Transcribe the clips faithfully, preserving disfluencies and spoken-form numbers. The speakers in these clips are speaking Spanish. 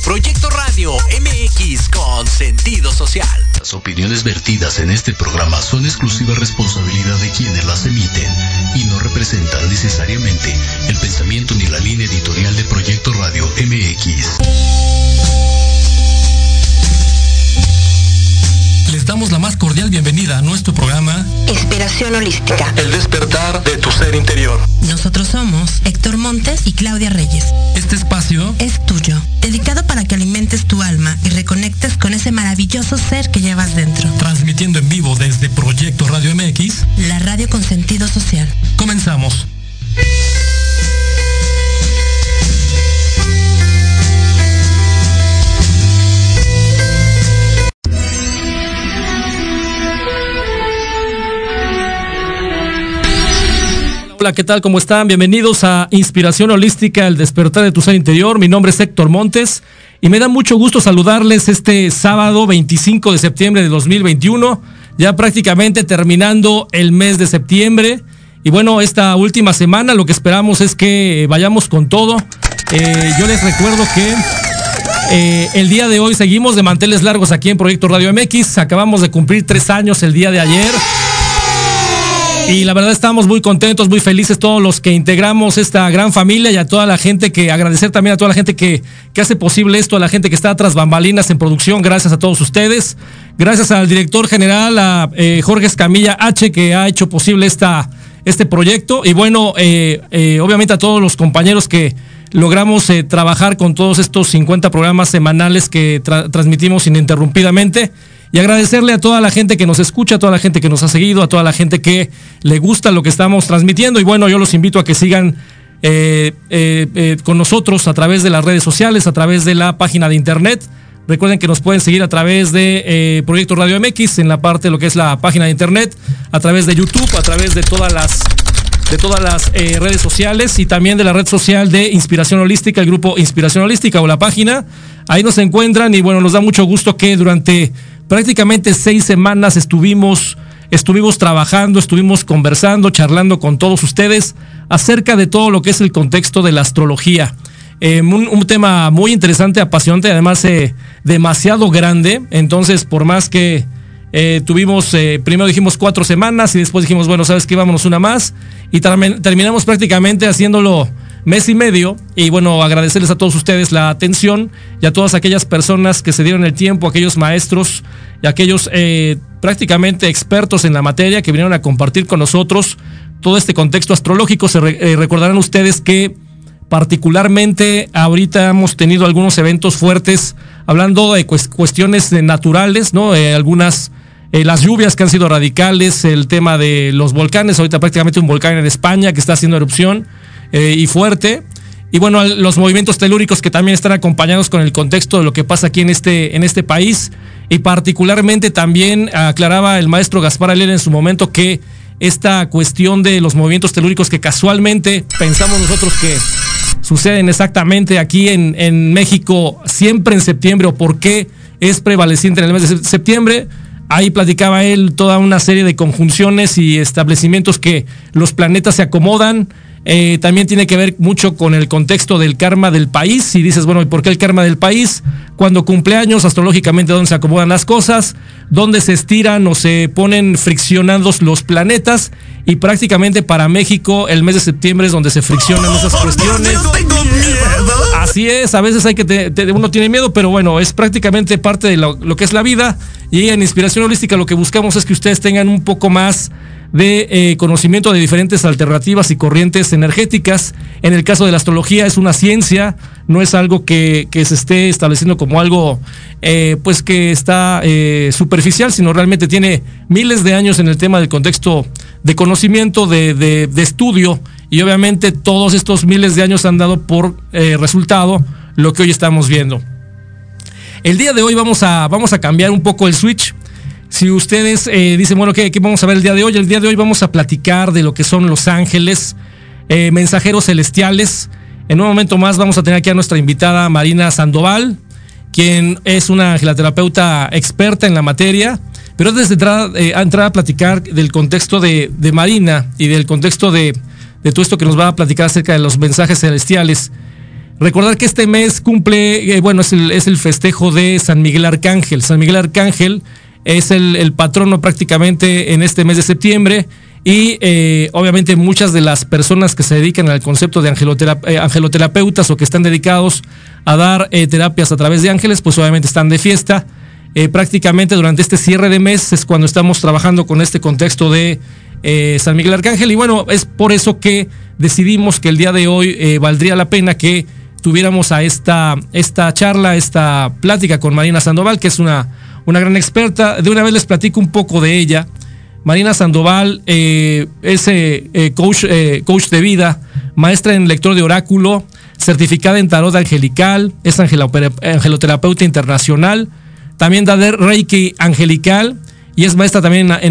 Proyecto Radio M X con sentido social. Las opiniones vertidas en este programa son exclusiva responsabilidad de quienes las emiten y no representan necesariamente el pensamiento ni la línea editorial de Proyecto Radio M X. Les damos la más cordial bienvenida a nuestro programa Inspiración Holística. El despertar de tu ser interior. Nosotros somos Héctor Montes y Claudia Reyes. Este espacio es tuyo, dedicado para que alimentes tu alma y reconectes con ese maravilloso ser que llevas dentro. Transmitiendo en vivo desde Proyecto Radio M X, la radio con sentido social. Comenzamos. Hola, ¿qué tal? ¿Cómo están? Bienvenidos a Inspiración Holística, el despertar de tu ser interior. Mi nombre es Héctor Montes y me da mucho gusto saludarles este sábado veinticinco de septiembre de dos mil veintiuno, ya prácticamente terminando el mes de septiembre. Y bueno, esta última semana lo que esperamos es que vayamos con todo. Eh, yo les recuerdo que eh, el día de hoy seguimos de manteles largos aquí en Proyecto Radio M X. Acabamos de cumplir tres años el día de ayer. Y la verdad estamos muy contentos, muy felices todos los que integramos esta gran familia y a toda la gente que, agradecer también a toda la gente que, que hace posible esto, a la gente que está tras bambalinas en producción, gracias a todos ustedes, gracias al director general, a eh, Jorge Escamilla H, que ha hecho posible esta, este proyecto, y bueno, eh, eh, obviamente a todos los compañeros que logramos eh, trabajar con todos estos cincuenta programas semanales que tra- transmitimos ininterrumpidamente. Y agradecerle a toda la gente que nos escucha, a toda la gente que nos ha seguido, a toda la gente que le gusta lo que estamos transmitiendo. Y bueno, yo los invito a que sigan eh, eh, eh, con nosotros a través de las redes sociales, a través de la página de internet. Recuerden que nos pueden seguir a través de eh, Proyecto Radio M X, en la parte de lo que es la página de internet, a través de YouTube, a través de todas las, de todas las eh, redes sociales y también de la red social de Inspiración Holística, el grupo Inspiración Holística o la página. Ahí nos encuentran y bueno, nos da mucho gusto que durante prácticamente seis semanas estuvimos, estuvimos trabajando, estuvimos conversando, charlando con todos ustedes acerca de todo lo que es el contexto de la astrología. Eh, un, un tema muy interesante, apasionante, además eh, demasiado grande. Entonces, por más que eh, tuvimos, eh, primero dijimos cuatro semanas y después dijimos, bueno, ¿sabes qué? Vámonos una más. Y term- terminamos prácticamente haciéndolo mes y medio, y bueno, agradecerles a todos ustedes la atención y a todas aquellas personas que se dieron el tiempo, aquellos maestros y aquellos eh, prácticamente expertos en la materia que vinieron a compartir con nosotros todo este contexto astrológico. Se re, eh, recordarán ustedes que particularmente ahorita hemos tenido algunos eventos fuertes hablando de cu- cuestiones de naturales, ¿no? Eh, algunas, eh, las lluvias que han sido radicales, el tema de los volcanes, ahorita prácticamente un volcán en España que está haciendo erupción. Eh, y fuerte, y bueno, los movimientos telúricos que también están acompañados con el contexto de lo que pasa aquí en este, en este país, y particularmente también aclaraba el maestro Gaspar Alier en su momento que esta cuestión de los movimientos telúricos que casualmente pensamos nosotros que suceden exactamente aquí en, en México siempre en septiembre, o por qué es prevaleciente en el mes de septiembre. Ahí platicaba él toda una serie de conjunciones y establecimientos que los planetas se acomodan. Eh, también tiene que ver mucho con el contexto del karma del país. Y dices, bueno, ¿y por qué el karma del país? Cuando cumpleaños, astrológicamente, ¿dónde se acomodan las cosas? ¿Dónde se estiran o se ponen friccionados los planetas? Y prácticamente para México, el mes de septiembre es donde se friccionan esas cuestiones. Así es, a veces hay que te, te, uno tiene miedo, pero bueno, es prácticamente parte de lo, lo que es la vida. Y en Inspiración Holística lo que buscamos es que ustedes tengan un poco más de eh, conocimiento de diferentes alternativas y corrientes energéticas. En el caso de la astrología es una ciencia, no es algo que, que se esté estableciendo como algo eh, pues que está eh, superficial, sino realmente tiene miles de años en el tema del contexto de conocimiento, de, de, de estudio, y obviamente todos estos miles de años han dado por eh, resultado lo que hoy estamos viendo. El día de hoy vamos a, vamos a cambiar un poco el switch. Si ustedes eh, dicen, bueno, ¿qué, ¿qué vamos a ver el día de hoy? El día de hoy vamos a platicar de lo que son los ángeles, eh, mensajeros celestiales. En un momento más vamos a tener aquí a nuestra invitada Marina Sandoval, quien es una angeloterapeuta experta en la materia. Pero antes de entrar, eh, entrar a platicar del contexto de, de Marina y del contexto de, de todo esto que nos va a platicar acerca de los mensajes celestiales, Recordar que este mes cumple, eh, bueno, es el, es el festejo de San Miguel Arcángel. San Miguel Arcángel es el, el patrono prácticamente en este mes de septiembre y eh, obviamente muchas de las personas que se dedican al concepto de angelotera, eh, angeloterapeutas o que están dedicados a dar eh, terapias a través de ángeles, pues obviamente están de fiesta. Eh, prácticamente durante este cierre de mes es cuando estamos trabajando con este contexto de eh, San Miguel Arcángel y bueno, es por eso que decidimos que el día de hoy eh, valdría la pena que tuviéramos a esta, esta charla, esta plática con Marina Sandoval, que es una, una gran experta. De una vez les platico un poco de ella. Marina Sandoval eh, es eh, coach, eh, coach de vida, maestra en lector de oráculo, certificada en tarot angelical, es angeloterapeuta internacional, también da Reiki angelical y es maestra también en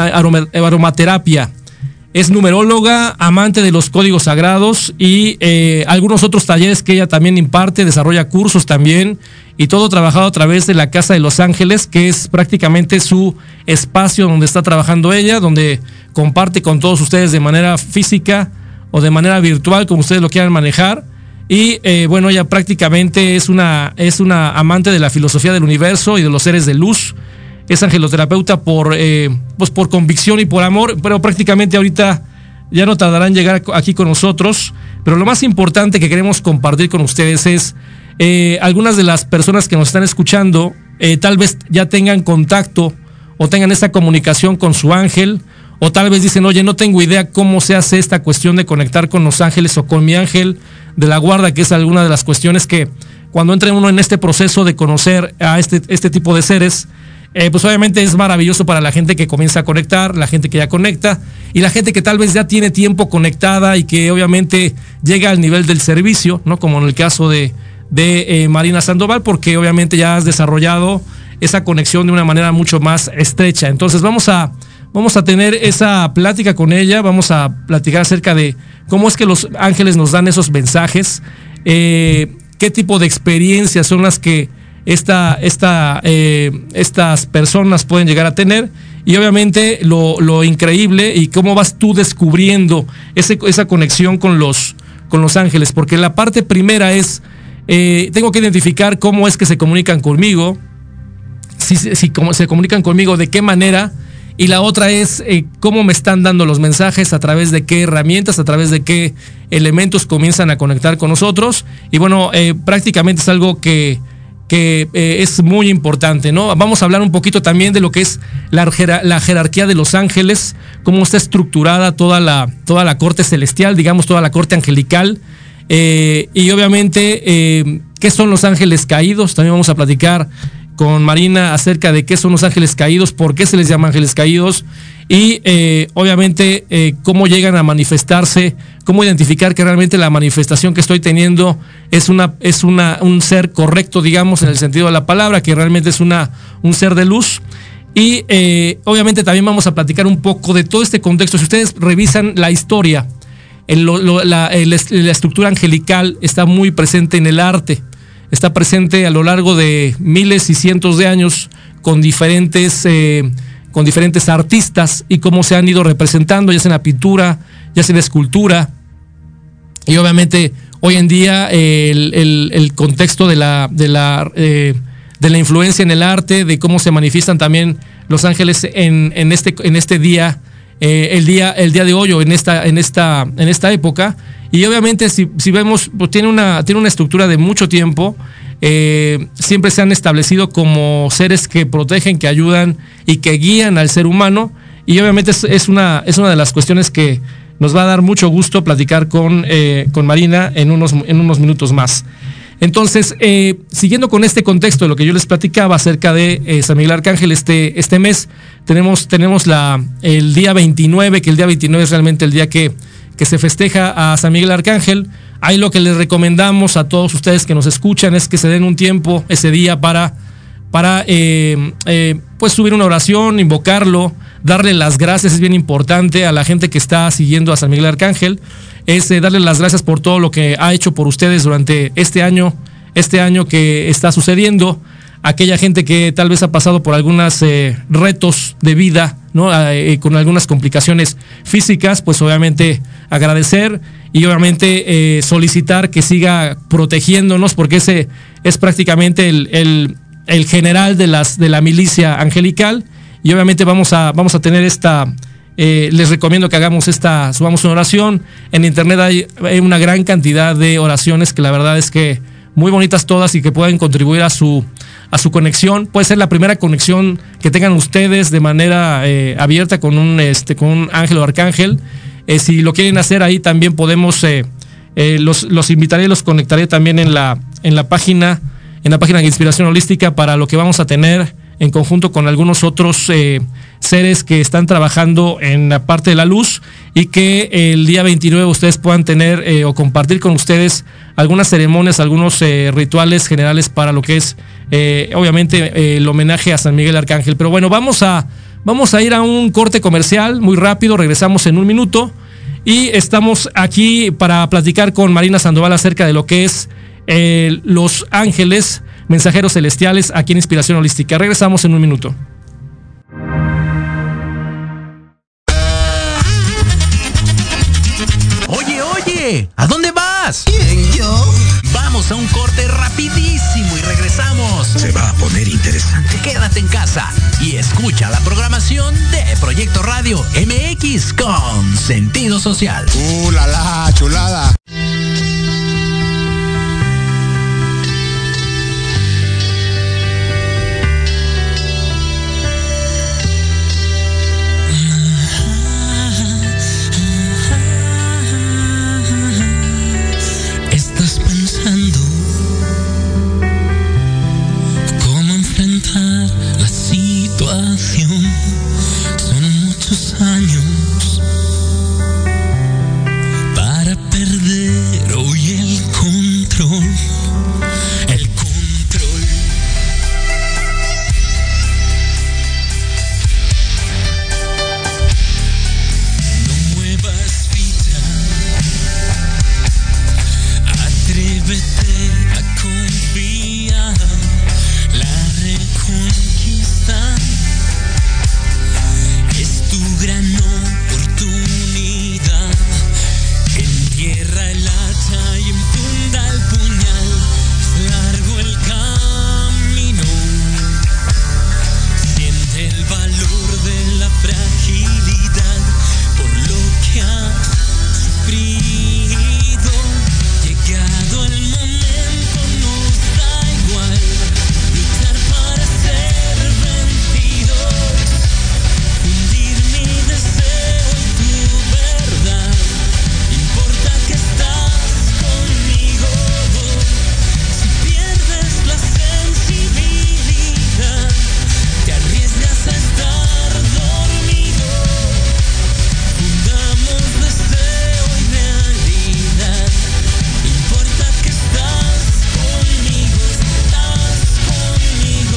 aromaterapia. Es numeróloga, amante de los códigos sagrados y eh, algunos otros talleres que ella también imparte, desarrolla cursos también y todo trabajado a través de la Casa de los Ángeles, que es prácticamente su espacio donde está trabajando ella, donde comparte con todos ustedes de manera física o de manera virtual, como ustedes lo quieran manejar. Y eh, bueno, ella prácticamente es una, es una amante de la filosofía del universo y de los seres de luz. Es angeloterapeuta por, eh, pues por convicción y por amor, pero prácticamente ahorita ya no tardará en llegar aquí con nosotros. Pero lo más importante que queremos compartir con ustedes es eh, algunas de las personas que nos están escuchando eh, tal vez ya tengan contacto o tengan esa comunicación con su ángel, o tal vez dicen, oye, no tengo idea cómo se hace esta cuestión de conectar con los ángeles o con mi ángel de la guarda, que es alguna de las cuestiones que cuando entra uno en este proceso de conocer a este, este tipo de seres, Eh, pues obviamente es maravilloso para la gente que comienza a conectar, la gente que ya conecta y la gente que tal vez ya tiene tiempo conectada y que obviamente llega al nivel del servicio, ¿no? Como en el caso de, de eh, Marina Sandoval, porque obviamente ya has desarrollado esa conexión de una manera mucho más estrecha. Entonces vamos a, vamos a tener esa plática con ella, vamos a platicar acerca de cómo es que los ángeles nos dan esos mensajes, eh, qué tipo de experiencias son las que Esta, esta, eh, estas personas pueden llegar a tener y obviamente lo, lo increíble y cómo vas tú descubriendo ese, esa conexión con los, con los ángeles, porque la parte primera es eh, tengo que identificar cómo es que se comunican conmigo, si, si cómo se comunican conmigo, de qué manera, y la otra es eh, cómo me están dando los mensajes, a través de qué herramientas, a través de qué elementos comienzan a conectar con nosotros. Y bueno, eh, prácticamente es algo que que eh, es muy importante, ¿no? Vamos a hablar un poquito también de lo que es la, la jerarquía de los ángeles, cómo está estructurada toda la, toda la corte celestial, digamos, toda la corte angelical, eh, y obviamente eh, qué son los ángeles caídos. También vamos a platicar con Marina acerca de qué son los ángeles caídos, por qué se les llama ángeles caídos y eh, obviamente eh, cómo llegan a manifestarse, cómo identificar que realmente la manifestación que estoy teniendo es una es una un ser correcto, digamos, en el sentido de la palabra, que realmente es una un ser de luz. Y eh, obviamente también vamos a platicar un poco de todo este contexto. Si ustedes revisan la historia, el, lo, la, el, la estructura angelical está muy presente en el arte, está presente a lo largo de miles y cientos de años con diferentes eh, con diferentes artistas y cómo se han ido representando, ya sea en la pintura, ya sea en la escultura. Y obviamente hoy en día eh, el, el, el contexto de la, de, la, eh, de la influencia en el arte, de cómo se manifiestan también los ángeles en, en, este, en este día, eh, el día, el día de hoy o en esta, en esta, en esta época. Y obviamente si, si vemos, pues tiene una, tiene una estructura de mucho tiempo. Eh, siempre se han establecido como seres que protegen, que ayudan y que guían al ser humano, y obviamente es, es, una, es una de las cuestiones que nos va a dar mucho gusto platicar con, eh, con Marina en unos, en unos minutos más. Entonces, eh, siguiendo con este contexto de lo que yo les platicaba acerca de eh, San Miguel Arcángel, este, este mes tenemos, tenemos la, el día veintinueve, que el día veintinueve es realmente el día que, que se festeja a San Miguel Arcángel. Ahí lo que les recomendamos a todos ustedes que nos escuchan es que se den un tiempo ese día para, para eh, eh, pues subir una oración, invocarlo, darle las gracias. Es bien importante a la gente que está siguiendo a San Miguel Arcángel, es eh, darle las gracias por todo lo que ha hecho por ustedes durante este año, este año que está sucediendo. aquella gente que tal vez ha pasado por algunos eh, retos de vida, ¿no? Eh, con algunas complicaciones físicas, pues obviamente agradecer y obviamente eh, solicitar que siga protegiéndonos, porque ese es prácticamente el, el, el general de las de la milicia angelical. Y obviamente vamos a vamos a tener esta eh, les recomiendo que hagamos esta subamos una oración. En internet hay, hay una gran cantidad de oraciones que la verdad es que muy bonitas todas y que pueden contribuir a su a su conexión. Puede ser la primera conexión que tengan ustedes de manera eh, abierta con un este con un ángel o arcángel. Eh, si lo quieren hacer ahí también podemos eh, eh, los los invitaré, los conectaré también en la en la página en la página de Inspiración Holística para lo que vamos a tener en conjunto con algunos otros eh, seres que están trabajando en la parte de la luz, y que eh, el día veintinueve ustedes puedan tener eh, o compartir con ustedes algunas ceremonias, algunos eh, rituales generales para lo que es eh, obviamente eh, el homenaje a San Miguel Arcángel. Pero bueno, vamos a, vamos a ir a un corte comercial muy rápido, regresamos en un minuto y estamos aquí para platicar con Marina Sandoval acerca de lo que es eh, los ángeles mensajeros celestiales aquí en Inspiración Holística. Regresamos en un minuto. Oye, oye, ¿a dónde vas? ¿Quién, yo? Vamos a un corte rapidísimo y regresamos. Se va a poner interesante. Quédate en casa y escucha la programación de Proyecto Radio M X con sentido social. ¡Uh, la, la, chulada! La situación, son muchos años para perder hoy el control, el control. No muevas ficha, atrévete a confiar. La reconquista es tu gran oportunidad. Entierra el hacha y enfunda el puñal. Es largo el camino. Siente el valor de la fragilidad por lo que has sufrido. Llegado el momento, nos da igual. Luchar para ser vencidos, hundir mi deseo en tu verdad. Importa que estás conmigo. Si pierdes la sensibilidad, te arriesgas a estar dormido. Fundamos deseo y realidad. Importa que estás conmigo, estás conmigo.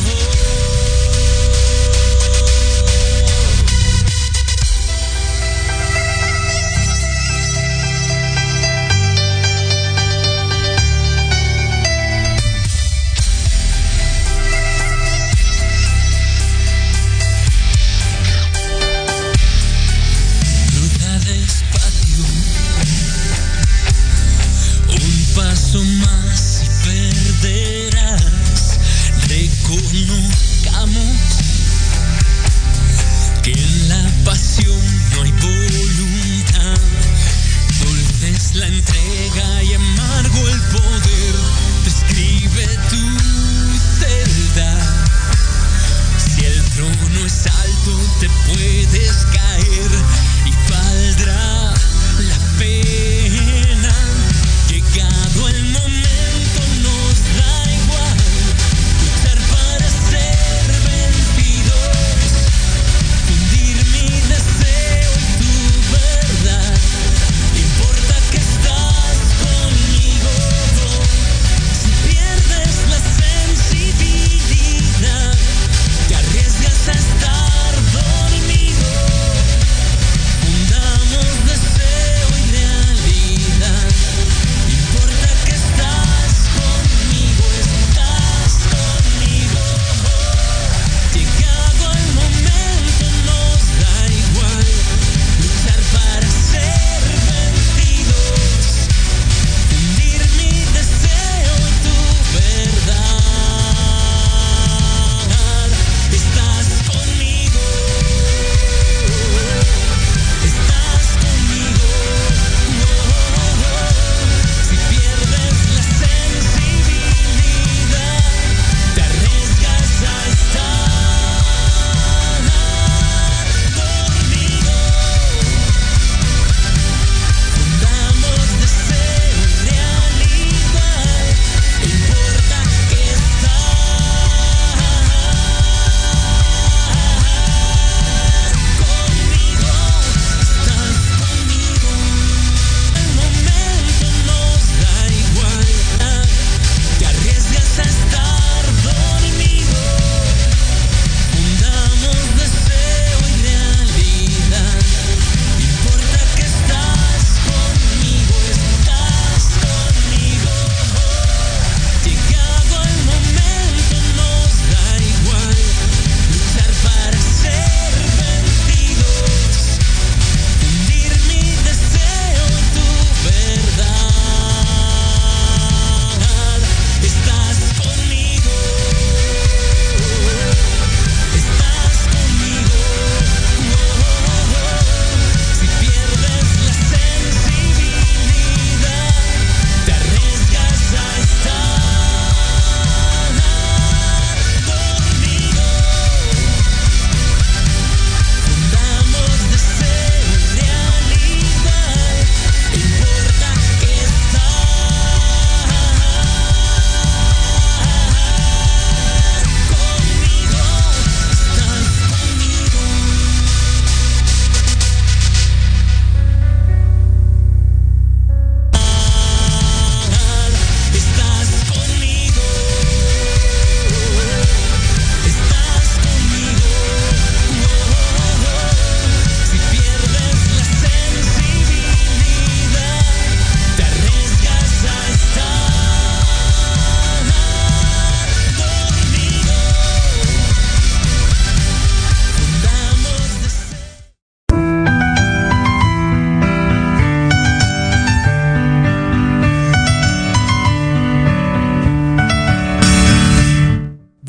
Cruza despacio, un paso más y perderás. Reconozcamos que en la pasión no hay voluntad. Dulce es la entrega y amargo el poder. Describe tu celda. Si el trono es alto, te puedes caer y valdrá la pena. Llegado el momento, nos da igual. Luchar para ser vencidos. Fundir mi deseo y tu verdad. Importa que estás conmigo.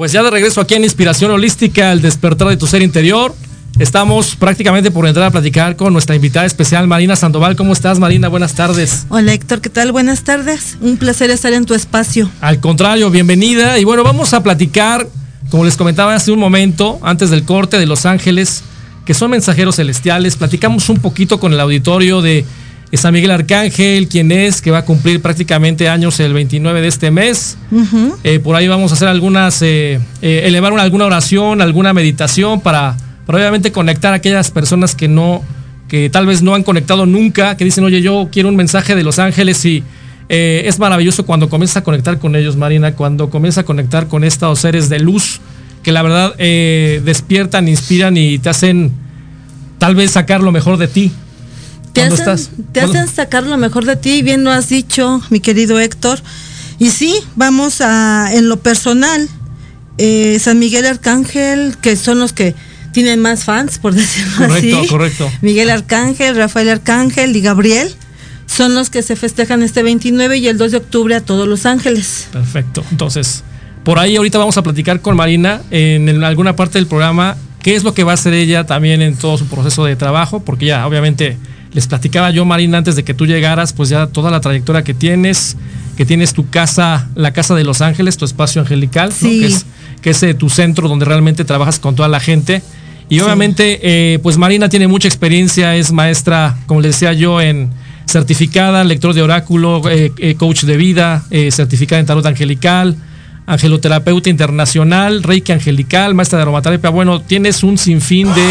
Pues ya de regreso aquí en Inspiración Holística, el despertar de tu ser interior. Estamos prácticamente por entrar a platicar con nuestra invitada especial, Marina Sandoval. ¿Cómo estás, Marina? Buenas tardes. Hola, Héctor, ¿qué tal? Buenas tardes. Un placer estar en tu espacio. Al contrario, bienvenida. Y bueno, vamos a platicar, como les comentaba hace un momento, antes del corte, de Los Ángeles, que son mensajeros celestiales. Platicamos un poquito con el auditorio de San Miguel Arcángel, quien es, que va a cumplir prácticamente años el veintinueve de este mes. Uh-huh. Eh, por ahí vamos a hacer algunas, eh, eh, elevar una, alguna oración, alguna meditación para, para obviamente conectar a aquellas personas que no, que tal vez no han conectado nunca, que dicen, oye, yo quiero un mensaje de Los Ángeles, y eh, es maravilloso cuando comienzas a conectar con ellos, Marina, cuando comienzas a conectar con estos seres de luz que la verdad eh, despiertan, inspiran y te hacen tal vez sacar lo mejor de ti. Te hacen, estás? te hacen sacar lo mejor de ti, bien lo has dicho, mi querido Héctor. Y sí, vamos a, en lo personal, eh, San Miguel Arcángel, que son los que tienen más fans, por decirlo correcto, así. Correcto, correcto. Miguel Arcángel, Rafael Arcángel y Gabriel son los que se festejan este veintinueve y el dos de octubre a todos Los Ángeles. Perfecto, entonces, por ahí ahorita vamos a platicar con Marina en, en alguna parte del programa, qué es lo que va a hacer ella también en todo su proceso de trabajo, porque ya obviamente... Les platicaba yo, Marina, antes de que tú llegaras, pues ya toda la trayectoria que tienes, que tienes tu casa, la Casa de Los Ángeles, tu espacio angelical, sí. ¿no? que es, que es eh, tu centro donde realmente trabajas con toda la gente. Y obviamente, sí. eh, pues Marina tiene mucha experiencia, es maestra, como les decía yo, en certificada, lector de oráculo, eh, eh, coach de vida, eh, certificada en tarot angelical, angeloterapeuta internacional, reiki angelical, maestra de aromaterapia. Bueno, tienes un sinfín de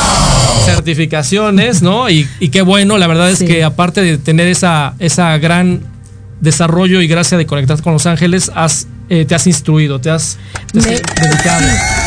certificaciones, ¿no? Y, y qué bueno, la verdad es sí. que aparte de tener esa, esa gran desarrollo y gracia de conectar con Los Ángeles, has, eh, te has instruido, te has, te has Me... dedicado.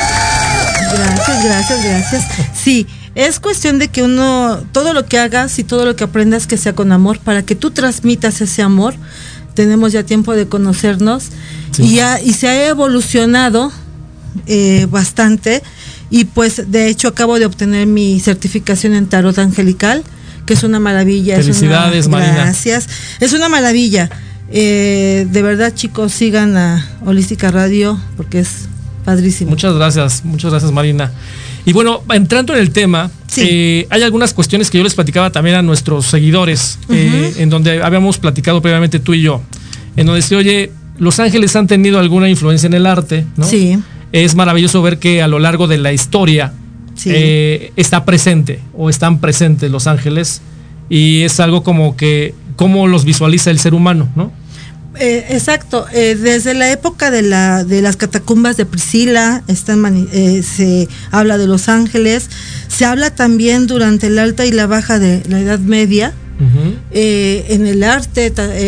Gracias, gracias, gracias. Sí, es cuestión de que uno, todo lo que hagas y todo lo que aprendas que sea con amor, para que tú transmitas ese amor. Tenemos ya tiempo de conocernos sí. y, ya, y se ha evolucionado eh, bastante. Y pues de hecho acabo de obtener mi certificación en tarot angelical, que es una maravilla. Felicidades, es una, Marina. Gracias. Es una maravilla. Eh, de verdad, chicos, sigan a Holística Radio porque es padrísimo. Muchas gracias, muchas gracias, Marina. Y bueno, entrando en el tema, sí. eh, hay algunas cuestiones que yo les platicaba también a nuestros seguidores, uh-huh. eh, en donde habíamos platicado previamente tú y yo, en donde se oye, Los Ángeles han tenido alguna influencia en el arte, ¿no? Sí. Es maravilloso ver que a lo largo de la historia sí. eh, está presente o están presentes Los Ángeles, y es algo como que cómo los visualiza el ser humano, ¿no? Eh, exacto, eh, desde la época de la de las catacumbas de Priscila están mani- eh, se habla de Los Ángeles, se habla también durante la alta y la baja de la Edad Media. Uh-huh. Eh, en el arte,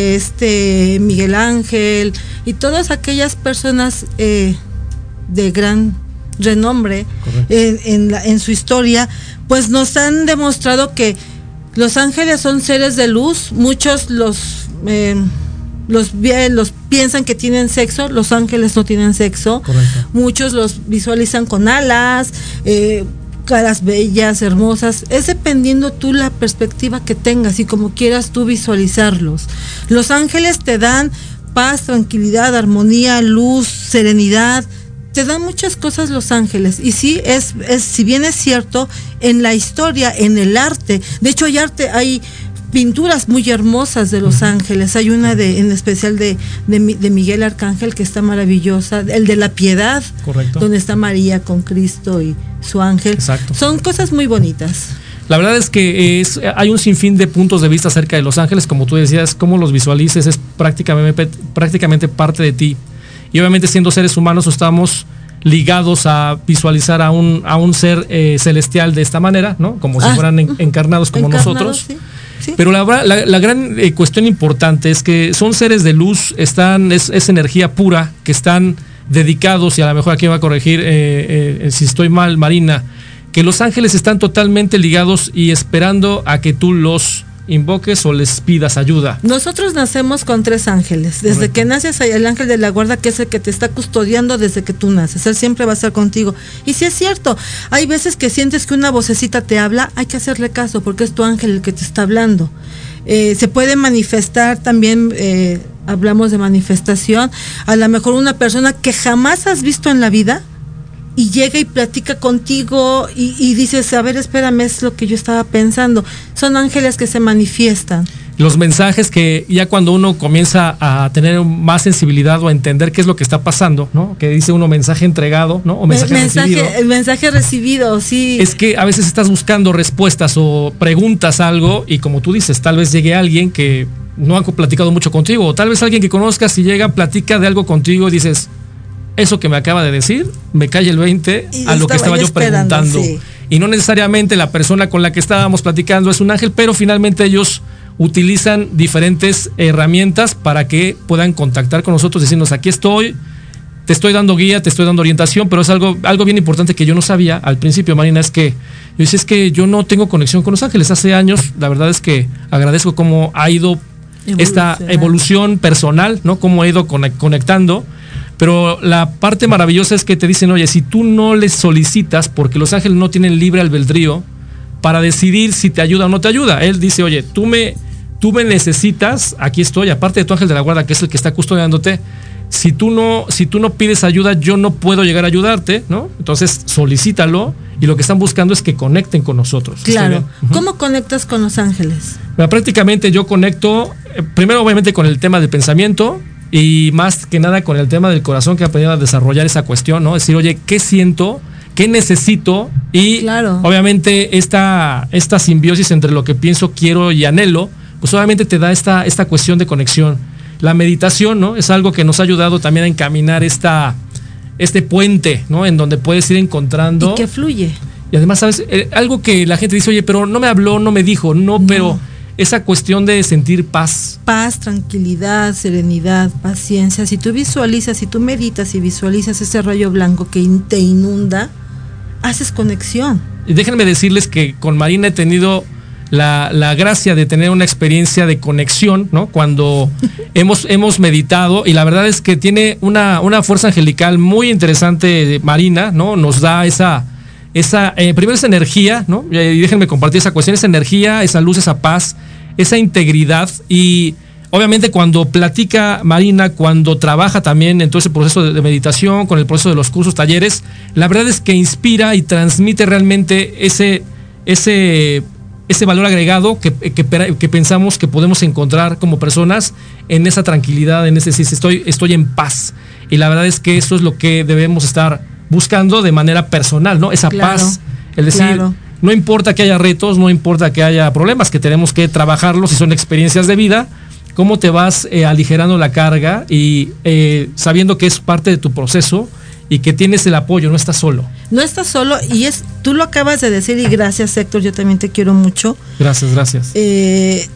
este Miguel Ángel y todas aquellas personas eh, de gran renombre eh, en, la, en su historia, pues nos han demostrado que los ángeles son seres de luz. Muchos los eh, los, los piensan que tienen sexo, los ángeles no tienen sexo. Correcto. Muchos los visualizan con alas, eh, caras bellas, hermosas. Es dependiendo tú la perspectiva que tengas y como quieras tú visualizarlos. Los ángeles te dan paz, tranquilidad, armonía, luz, serenidad. Te dan muchas cosas Los Ángeles. Y sí, es, es si bien es cierto, en la historia, en el arte, de hecho hay arte, hay pinturas muy hermosas de Los Ángeles. Hay una de en especial de, de, de Miguel Arcángel que está maravillosa, el de la Piedad. Correcto. Donde está María con Cristo y su ángel. Exacto. Son cosas muy bonitas. La verdad es que es, hay un sinfín de puntos de vista acerca de Los Ángeles, como tú decías, cómo los visualices es prácticamente, prácticamente parte de ti. Y obviamente siendo seres humanos estamos ligados a visualizar a un, a un ser eh, celestial de esta manera, ¿no? Como si ah, fueran en, encarnados como encarnados, nosotros. Sí, sí. Pero la, la, la gran eh, cuestión importante es que son seres de luz, están, es, es energía pura, que están dedicados, y a lo mejor aquí me va a corregir eh, eh, si estoy mal, Marina, que Los Ángeles están totalmente ligados y esperando a que tú los invoques o les pidas ayuda. Nosotros nacemos con tres ángeles. Desde Correcto. que naces hay el ángel de la guarda, que es el que te está custodiando desde que tú naces. Él siempre va a estar contigo. Y si es cierto, hay veces que sientes que una vocecita te habla, hay que hacerle caso porque es tu ángel el que te está hablando. Eh, se puede manifestar también eh, hablamos de manifestación, a lo mejor una persona que jamás has visto en la vida y llega y platica contigo y, y dices, a ver, espérame, es lo que yo estaba pensando. Son ángeles que se manifiestan. Los mensajes que ya cuando uno comienza a tener más sensibilidad o a entender qué es lo que está pasando, ¿no? Que dice uno mensaje entregado, ¿no? O mensaje, mensaje recibido. El mensaje recibido, sí. Es que a veces estás buscando respuestas o preguntas algo y como tú dices, tal vez llegue alguien que no ha platicado mucho contigo o tal vez alguien que conozcas y llega, platica de algo contigo y dices, eso que me acaba de decir, me cae el veinte y a lo que estaba yo preguntando. Sí. Y no necesariamente la persona con la que estábamos platicando es un ángel, pero finalmente ellos utilizan diferentes herramientas para que puedan contactar con nosotros, decirnos, aquí estoy, te estoy dando guía, te estoy dando orientación, pero es algo, algo bien importante que yo no sabía al principio, Marina, es que yo decía, es que yo no tengo conexión con los ángeles. Hace años, la verdad es que agradezco cómo ha ido esta evolución personal, ¿no? Cómo he ido conectando. Pero la parte maravillosa es que te dicen, oye, si tú no les solicitas, porque los ángeles no tienen libre albedrío para decidir si te ayuda o no te ayuda. Él dice, oye, tú me, tú me necesitas, aquí estoy, aparte de tu ángel de la guarda, que es el que está custodiándote. Si tú no, si tú no pides ayuda, yo no puedo llegar a ayudarte, ¿no? Entonces solicítalo y lo que están buscando es que conecten con nosotros. Claro. Uh-huh. ¿Cómo conectas con los ángeles? Bueno, prácticamente yo conecto, eh, primero obviamente con el tema del pensamiento, y más que nada con el tema del corazón, que he aprendido a desarrollar esa cuestión, ¿no? Decir, oye, ¿qué siento? ¿Qué necesito? Y claro, obviamente esta, esta simbiosis entre lo que pienso, quiero y anhelo, pues obviamente te da esta, esta cuestión de conexión. La meditación, ¿no? Es algo que nos ha ayudado también a encaminar esta, este puente, ¿no? En donde puedes ir encontrando. Y que fluye. Y además, ¿sabes? Eh, algo que la gente dice, oye, pero no me habló, no me dijo, no, no. pero... esa cuestión de sentir paz. Paz, tranquilidad, serenidad, paciencia. Si tú visualizas, si tú meditas y visualizas ese rayo blanco que te inunda, haces conexión. Y déjenme decirles que con Marina he tenido la, la gracia de tener una experiencia de conexión, ¿no? Cuando hemos, hemos meditado, y la verdad es que tiene una, una fuerza angelical muy interesante, Marina, ¿no? Nos da esa... Esa, eh, primero esa energía, ¿no? Y déjenme compartir esa cuestión, esa energía, esa luz, esa paz, esa integridad. Y obviamente cuando platica Marina, cuando trabaja también en todo ese proceso de, de meditación, con el proceso de los cursos, talleres, la verdad es que inspira y transmite realmente ese, ese, ese valor agregado que, que, que pensamos que podemos encontrar como personas en esa tranquilidad, en ese decir, estoy, estoy en paz. Y la verdad es que eso es lo que debemos estar buscando de manera personal, ¿no? Esa claro, paz, el decir, claro, no importa que haya retos, no importa que haya problemas, que tenemos que trabajarlos, si son experiencias de vida, cómo te vas eh, aligerando la carga y eh, sabiendo que es parte de tu proceso y que tienes el apoyo, no estás solo. No estás solo y es, tú lo acabas de decir y gracias, Héctor, yo también te quiero mucho. Gracias, gracias. Eh,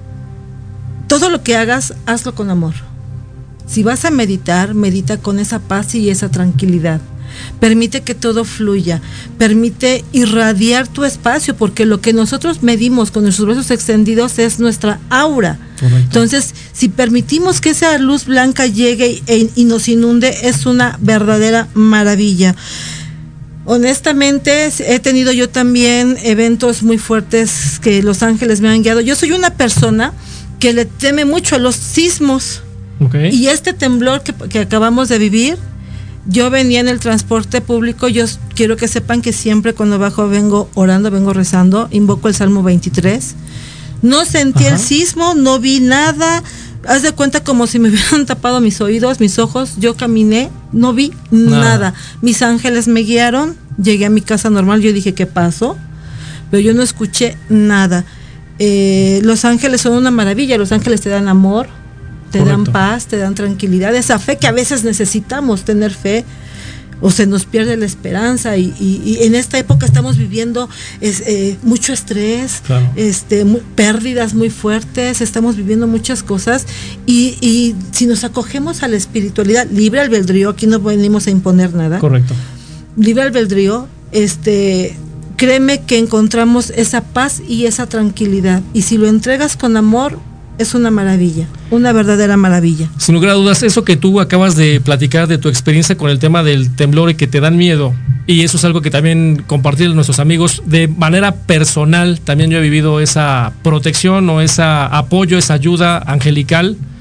todo lo que hagas, hazlo con amor. Si vas a meditar, medita con esa paz y esa tranquilidad. Permite que todo fluya, permite irradiar tu espacio, porque lo que nosotros medimos con nuestros brazos extendidos es nuestra aura. Correcto. Entonces, si permitimos que esa luz blanca llegue y, y nos inunde, es una verdadera maravilla. Honestamente, he tenido yo también eventos muy fuertes que los ángeles me han guiado. Yo soy una persona que le teme mucho a los sismos. Okay. Y este temblor que, que acabamos de vivir, yo venía en el transporte público, yo quiero que sepan que siempre cuando bajo vengo orando, vengo rezando, invoco el Salmo veintitrés. No sentí Ajá. el sismo, no vi nada, haz de cuenta como si me hubieran tapado mis oídos, mis ojos, yo caminé, no vi nada. nada. Mis ángeles me guiaron, llegué a mi casa normal, yo dije, ¿qué pasó? Pero yo no escuché nada. Eh, los ángeles son una maravilla, los ángeles te dan amor, te Correcto. dan paz, te dan tranquilidad, esa fe que a veces necesitamos tener fe o se nos pierde la esperanza y, y, y en esta época estamos viviendo es, eh, mucho estrés, claro. este, muy, pérdidas muy fuertes, estamos viviendo muchas cosas y, y si nos acogemos a la espiritualidad, libre albedrío, aquí no venimos a imponer nada. Correcto. Libre albedrío, este, créeme que encontramos esa paz y esa tranquilidad y si lo entregas con amor, es una maravilla, una verdadera maravilla. Sin lugar a dudas, eso que tú acabas de platicar de tu experiencia con el tema del temblor y que te dan miedo, y eso es algo que también compartir con nuestros amigos de manera personal, también yo he vivido esa protección o ese apoyo, esa ayuda angelical,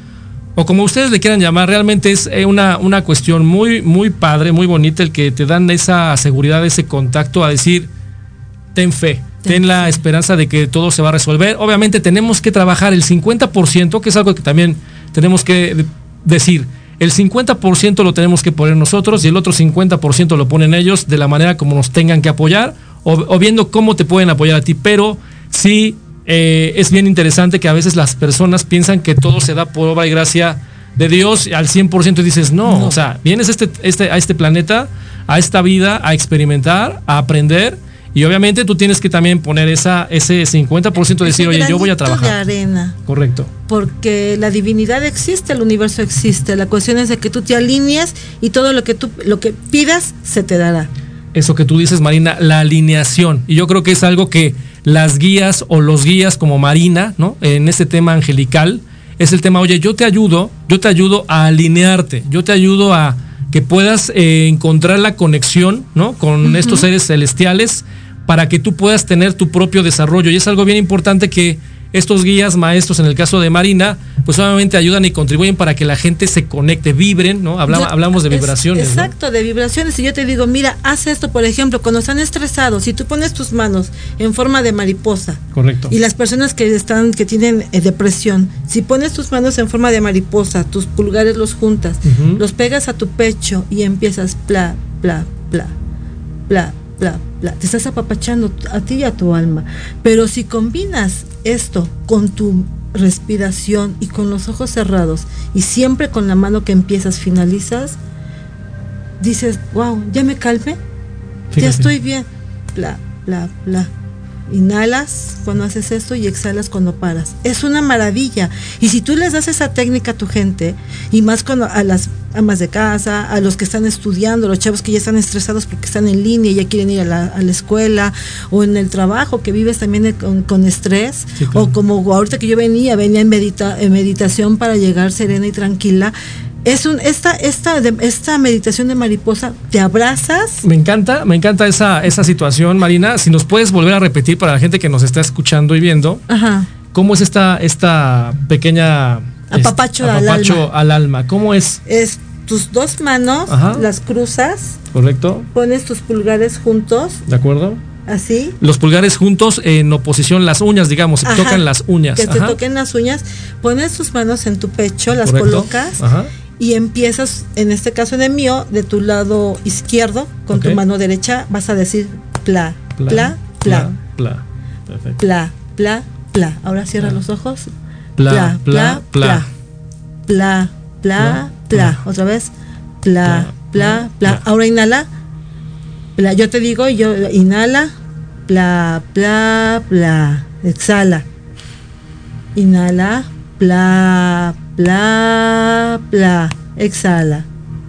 o como ustedes le quieran llamar, realmente es una, una cuestión muy, muy padre, muy bonita, el que te dan esa seguridad, ese contacto a decir, ten fe, ten, ten la fe. Esperanza de que todo se va a resolver. Obviamente tenemos que trabajar el cincuenta por ciento, que es algo que también tenemos que decir. El cincuenta por ciento lo tenemos que poner nosotros y el otro cincuenta por ciento lo ponen ellos de la manera como nos tengan que apoyar o, o viendo cómo te pueden apoyar a ti. Pero sí eh, es bien interesante que a veces las personas piensan que todo se da por obra y gracia de Dios al cien por ciento y dices, no, no. O sea, vienes a este, este, a este planeta, a esta vida, a experimentar, a aprender. Y obviamente tú tienes que también poner esa, ese cincuenta por ciento de decir, oye, yo voy a trabajar. De arena. Correcto. Porque la divinidad existe, el universo existe. La cuestión es de que tú te alinees y todo lo que tú lo que pidas se te dará. Eso que tú dices, Marina, la alineación. Y yo creo que es algo que las guías o los guías como Marina, ¿no? En este tema angelical, es el tema, oye, yo te ayudo, yo te ayudo a alinearte, yo te ayudo a que puedas eh, encontrar la conexión, ¿no? Con uh-huh. estos seres celestiales para que tú puedas tener tu propio desarrollo. Y es algo bien importante que estos guías maestros, en el caso de Marina, pues obviamente ayudan y contribuyen para que la gente se conecte, vibren, ¿no? Hablamos, yo, hablamos de vibraciones. Es, exacto, ¿no? De vibraciones. Y yo te digo, mira, haz esto, por ejemplo, cuando están estresados, si tú pones tus manos en forma de mariposa. Correcto. Y las personas que están, que tienen eh, depresión, si pones tus manos en forma de mariposa, tus pulgares los juntas, uh-huh. los pegas a tu pecho y empiezas pla, pla, pla, pla, pla, pla. Te estás apapachando a ti y a tu alma. Pero si combinas esto con tu respiración y con los ojos cerrados y siempre con la mano que empiezas finalizas, dices, wow, ya me calmé, Fíjate. ya estoy bien, bla, bla, bla. Inhalas cuando haces esto y exhalas cuando paras. Es una maravilla. Y si tú les das esa técnica a tu gente, y más cuando a las amas de casa, a los que están estudiando, los chavos que ya están estresados porque están en línea y ya quieren ir a la, a la escuela, o en el trabajo que vives también con, con estrés, sí, claro. o como ahorita que yo venía, venía en, medita, en meditación para llegar serena y tranquila. Es un esta esta de, esta meditación de mariposa, te abrazas. Me encanta, me encanta esa esa situación, Marina. Si nos puedes volver a repetir para la gente que nos está escuchando y viendo, Ajá. ¿cómo es esta esta pequeña apapacho, este, al, apapacho alma. al alma? ¿Cómo es? Es tus dos manos, Ajá. las cruzas. Correcto. Pones tus pulgares juntos. De acuerdo. Así. Los pulgares juntos en oposición, las uñas, digamos, se Ajá. tocan las uñas. Que Ajá. te toquen las uñas. Pones tus manos en tu pecho, las Correcto. colocas. Ajá. Y empiezas, en este caso en el mío, de tu lado izquierdo, con okay. tu mano derecha, vas a decir pla, pla, pla, pla, pla, perfecto. pla, pla, pla. Ahora cierra pla. los ojos. Pla, pla, pla, pla, pla, pla. Otra vez. Pla, pla, pla. Ahora inhala. Pla. Yo te digo, yo inhala. Pla, pla, pla. Exhala. Inhala. Pla, pla, pla, exhala.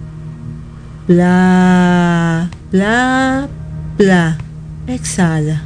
Pla, pla, pla, exhala.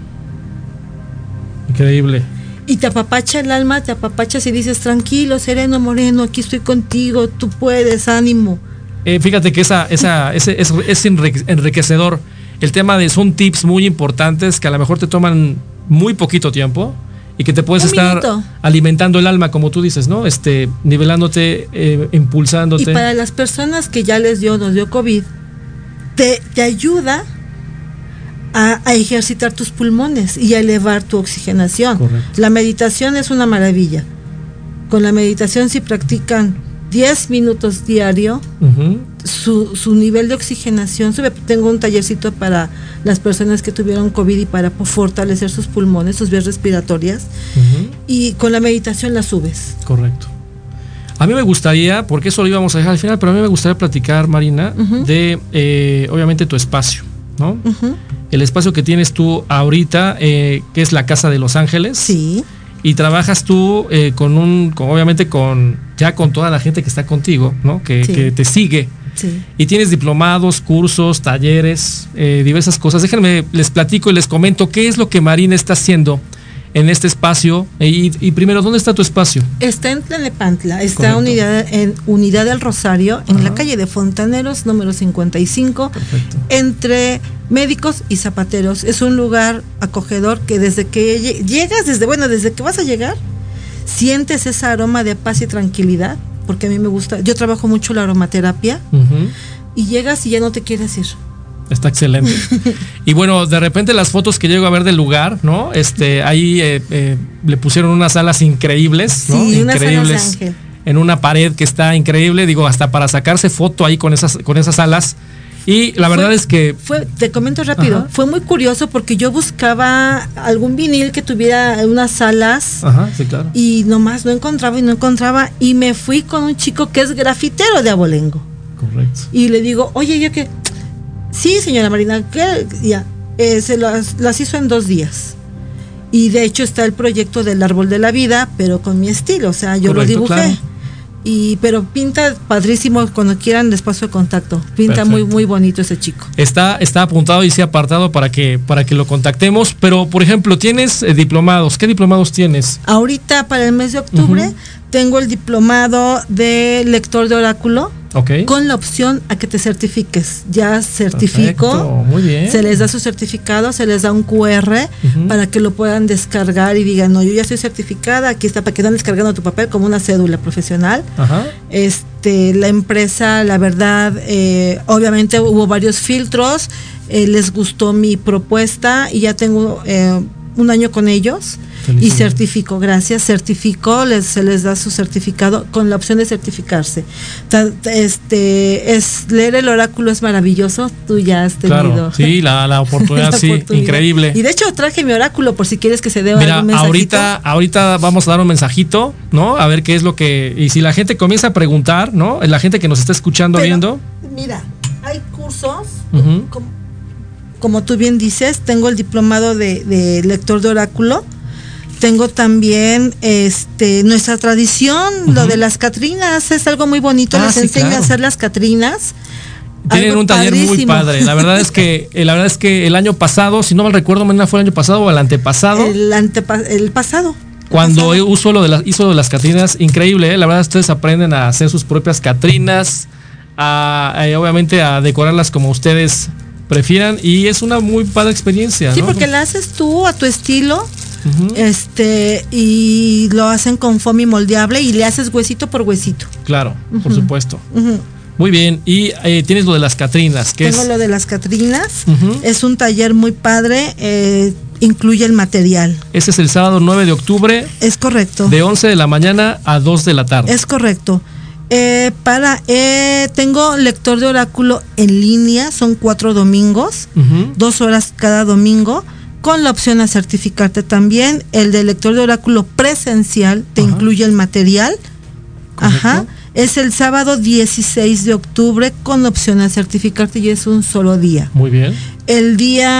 Increíble. Y te apapacha el alma, te apapachas y dices, tranquilo, sereno, moreno, aquí estoy contigo, tú puedes, ánimo. Eh, fíjate que esa, esa, ese, es, es enriquecedor. El tema de son tips muy importantes que a lo mejor te toman muy poquito tiempo. Y que te puedes Un estar minuto. alimentando el alma, como tú dices, ¿no? Este, nivelándote, eh, impulsándote. Y para las personas que ya les dio, nos dio COVID, te, te ayuda a, a ejercitar tus pulmones y a elevar tu oxigenación. Correcto. La meditación es una maravilla. Con la meditación, si practican diez minutos diario, uh-huh. su, su nivel de oxigenación sube. Tengo un tallercito para las personas que tuvieron COVID y para fortalecer sus pulmones, sus vías respiratorias, uh-huh. y con la meditación la subes. Correcto. A mí me gustaría, porque eso lo íbamos a dejar al final, pero a mí me gustaría platicar, Marina, uh-huh. de eh, obviamente tu espacio, ¿no? Uh-huh. El espacio que tienes tú ahorita, eh, que es la Casa de los Ángeles. Sí. Y trabajas tú eh, con un, con, obviamente con ya con toda la gente que está contigo, ¿no? Que, sí. que te sigue. Sí. Y tienes diplomados, cursos, talleres, eh, diversas cosas. Déjenme, les platico y les comento qué es lo que Marina está haciendo en este espacio. Y, y primero, ¿dónde está tu espacio? Está en Tlalnepantla, está unidad, en Unidad del Rosario, en Ajá. la calle de Fontaneros, número cincuenta y cinco, Perfecto. entre Médicos y Zapateros. Es un lugar acogedor que desde que llegas, desde bueno, desde que vas a llegar, sientes ese aroma de paz y tranquilidad porque a mí me gusta, yo trabajo mucho la aromaterapia, uh-huh. y llegas y ya no te quieres ir. Está excelente. Y bueno, de repente las fotos que llego a ver del lugar, ¿no? Este, ahí eh, eh, le pusieron unas alas increíbles, ¿no? Sí, unas increíbles alas de ángel. En una pared que está increíble, digo, hasta para sacarse foto ahí con esas, con esas alas. Y la verdad fue, es que... Fue, te comento rápido, ajá. fue muy curioso porque yo buscaba algún vinil que tuviera unas alas. Ajá, sí, claro. Y nomás no encontraba y no encontraba. Y me fui con un chico que es grafitero de Abolengo. Correcto. Y le digo, oye, yo que... Sí, señora Marina, ¿qué? Ya, eh, se las, las hizo en dos días. Y de hecho está el proyecto del árbol de la vida, pero con mi estilo, o sea, yo Correcto, lo dibujé. Claro. Y pero pinta padrísimo, cuando quieran les paso el contacto. Pinta Perfecto. muy muy bonito ese chico. Está está apuntado y sí apartado para que para que lo contactemos, pero por ejemplo, tienes eh, diplomados. ¿Qué diplomados tienes? Ahorita para el mes de octubre uh-huh. tengo el diplomado de lector de oráculo. Okay. Con la opción a que te certifiques. Ya certifico. Perfecto, muy bien. Se les da su certificado, se les da un cu erre uh-huh. para que lo puedan descargar y digan, no, yo ya estoy certificada, aquí está, para que estén descargando tu papel como una cédula profesional. Uh-huh. Este, la empresa, la verdad, eh, obviamente hubo varios filtros, eh, les gustó mi propuesta y ya tengo eh, un año con ellos. Felicidades. Y certifico, gracias, certifico, les, se les da su certificado con la opción de certificarse. Este, es leer el oráculo es maravilloso, tú ya has tenido. Claro, sí, la, la oportunidad, la sí, oportunidad. Increíble. Y de hecho traje mi oráculo por si quieres que se dé Mira, algún mensajito. ahorita, ahorita vamos a dar un mensajito, ¿no? A ver qué es lo que, y si la gente comienza a preguntar, ¿no? La gente que nos está escuchando, Pero, viendo. Mira, hay cursos, uh-huh. como, como tú bien dices, tengo el diplomado de, de lector de oráculo. Tengo también este nuestra tradición, uh-huh. lo de las Catrinas, es algo muy bonito, ah, les sí, enseño claro. a hacer las Catrinas. Tienen un taller padrísimo. Muy padre. La verdad es que la verdad es que el año pasado, si no mal recuerdo, Marina, fue el año pasado o el antepasado. El antepa- el pasado. Cuando pasado. Uso lo de las, hizo lo de las Catrinas, increíble, ¿eh? La verdad ustedes aprenden a hacer sus propias Catrinas, a, a obviamente a decorarlas como ustedes prefieran y es una muy padre experiencia. Sí, ¿no? porque la haces tú a tu estilo. Uh-huh. Este y lo hacen con foamy moldeable y le haces huesito por huesito. Claro, uh-huh. por supuesto. Uh-huh. Muy bien, y eh, tienes lo de las Catrinas. ¿Qué Tengo es? lo de las Catrinas. Uh-huh. Es un taller muy padre, eh, incluye el material. Ese es el sábado nueve de octubre. Es correcto. De once de la mañana a dos de la tarde. Es correcto. Eh, para eh, tengo lector de oráculo en línea, son cuatro domingos, uh-huh. dos horas cada domingo. Con la opción a certificarte también. El de lector de oráculo presencial te Ajá. incluye el material. Correcto. Ajá. Es el sábado dieciséis de octubre con opción a certificarte y es un solo día. Muy bien. El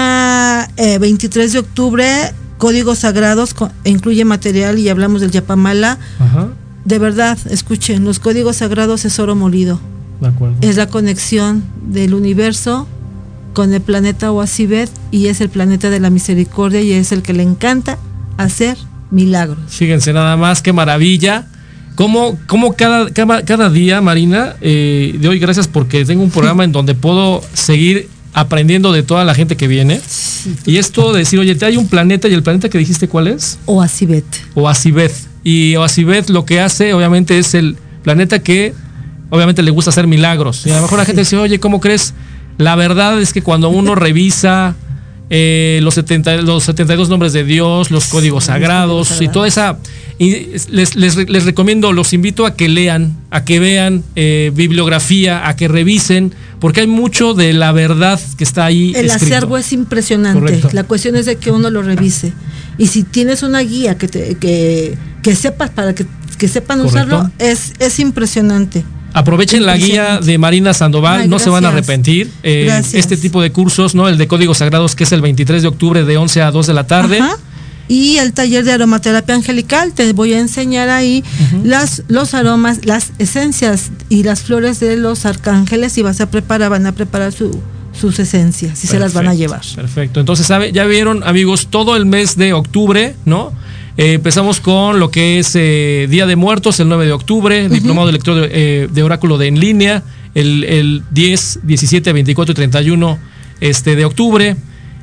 día eh, veintitrés de octubre, códigos sagrados, con, incluye material y hablamos del Yapamala. Ajá. De verdad, escuchen, los códigos sagrados es oro molido. De acuerdo. Es la conexión del universo con el planeta Oasibet y es el planeta de la misericordia y es el que le encanta hacer milagros. Fíjense nada más, qué maravilla. Como, como cada, cada, cada día, Marina, eh, doy gracias porque tengo un programa en donde puedo seguir aprendiendo de toda la gente que viene. Sí. Y esto de decir, oye, te hay un planeta y el planeta que dijiste, ¿cuál es? Oasibet. Oasibet. Y Oasibet lo que hace, obviamente, es el planeta que obviamente le gusta hacer milagros. Y a lo mejor la gente dice, oye, ¿cómo crees? La verdad es que cuando uno revisa eh, los, setenta, los setenta y dos nombres de Dios, los códigos sagrados sí, y toda esa... Y les, les, les recomiendo, los invito a que lean, a que vean eh, bibliografía, a que revisen, porque hay mucho de la verdad que está ahí El escrito. acervo es impresionante. Correcto. La cuestión es de que uno lo revise. Y si tienes una guía que, te, que, que sepas para que, que sepan Correcto. usarlo, es, es impresionante. Aprovechen la guía de Marina Sandoval, Ay, no se van a arrepentir. Eh, este tipo de cursos, ¿no? El de Códigos Sagrados, que es el veintitrés de octubre de once a dos de la tarde. Ajá. Y el taller de aromaterapia angelical, te voy a enseñar ahí uh-huh. las, los aromas, las esencias y las flores de los arcángeles y vas a preparar, van a preparar su, sus esencias y Perfecto. se las van a llevar. Perfecto. Entonces, ¿sabe? Ya vieron, amigos, todo el mes de octubre, ¿no? Eh, empezamos con lo que es eh, Día de Muertos, el nueve de octubre, uh-huh. diplomado de lector de, eh, de oráculo de en línea, el, el diez, diecisiete, veinticuatro y treinta y uno este, de octubre.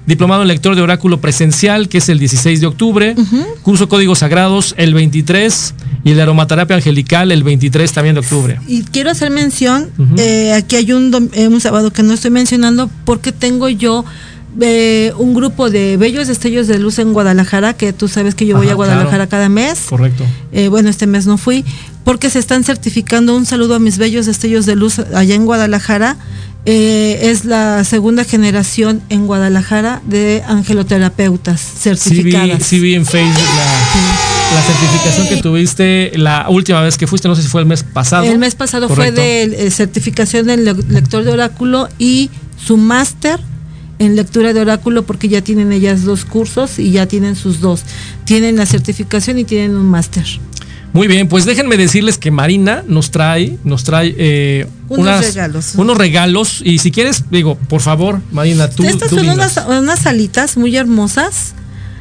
diplomado en lector de oráculo presencial, que es el dieciséis de octubre, uh-huh. curso Códigos Sagrados el veintitrés y el aromaterapia angelical el veintitrés también de octubre. Y quiero hacer mención, uh-huh. eh, aquí hay un, eh, un sábado que no estoy mencionando porque tengo yo eh, un grupo de bellos destellos de luz en Guadalajara, que tú sabes que yo Ajá, voy a Guadalajara claro. cada mes. Correcto. Eh, bueno, este mes no fui, porque se están certificando. Un saludo a mis bellos destellos de luz allá en Guadalajara. Eh, es la segunda generación en Guadalajara de angeloterapeutas certificadas. Sí vi, sí vi en Facebook la, sí. la certificación que tuviste la última vez que fuiste, no sé si fue el mes pasado. El mes pasado Correcto. fue de eh, certificación del lector de oráculo y su máster en lectura de oráculo, porque ya tienen ellas dos cursos y ya tienen sus dos. Tienen la certificación y tienen un máster. Muy bien, pues déjenme decirles que Marina nos trae, nos trae eh, unos unas, regalos. Unos regalos. Y si quieres, digo, por favor, Marina, tú. Estas tú son unas, unas alitas muy hermosas.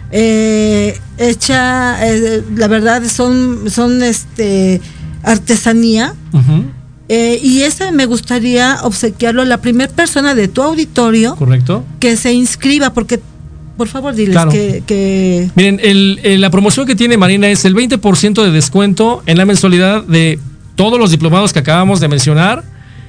Eh, hecha, eh, la verdad, son, son este artesanía. Uh-huh. Eh, y ese me gustaría obsequiarlo a la primera persona de tu auditorio. Correcto. Que se inscriba, porque por favor, diles claro. que, que... Miren, el, el, la promoción que tiene Marina es el veinte por ciento de descuento en la mensualidad de todos los diplomados que acabamos de mencionar.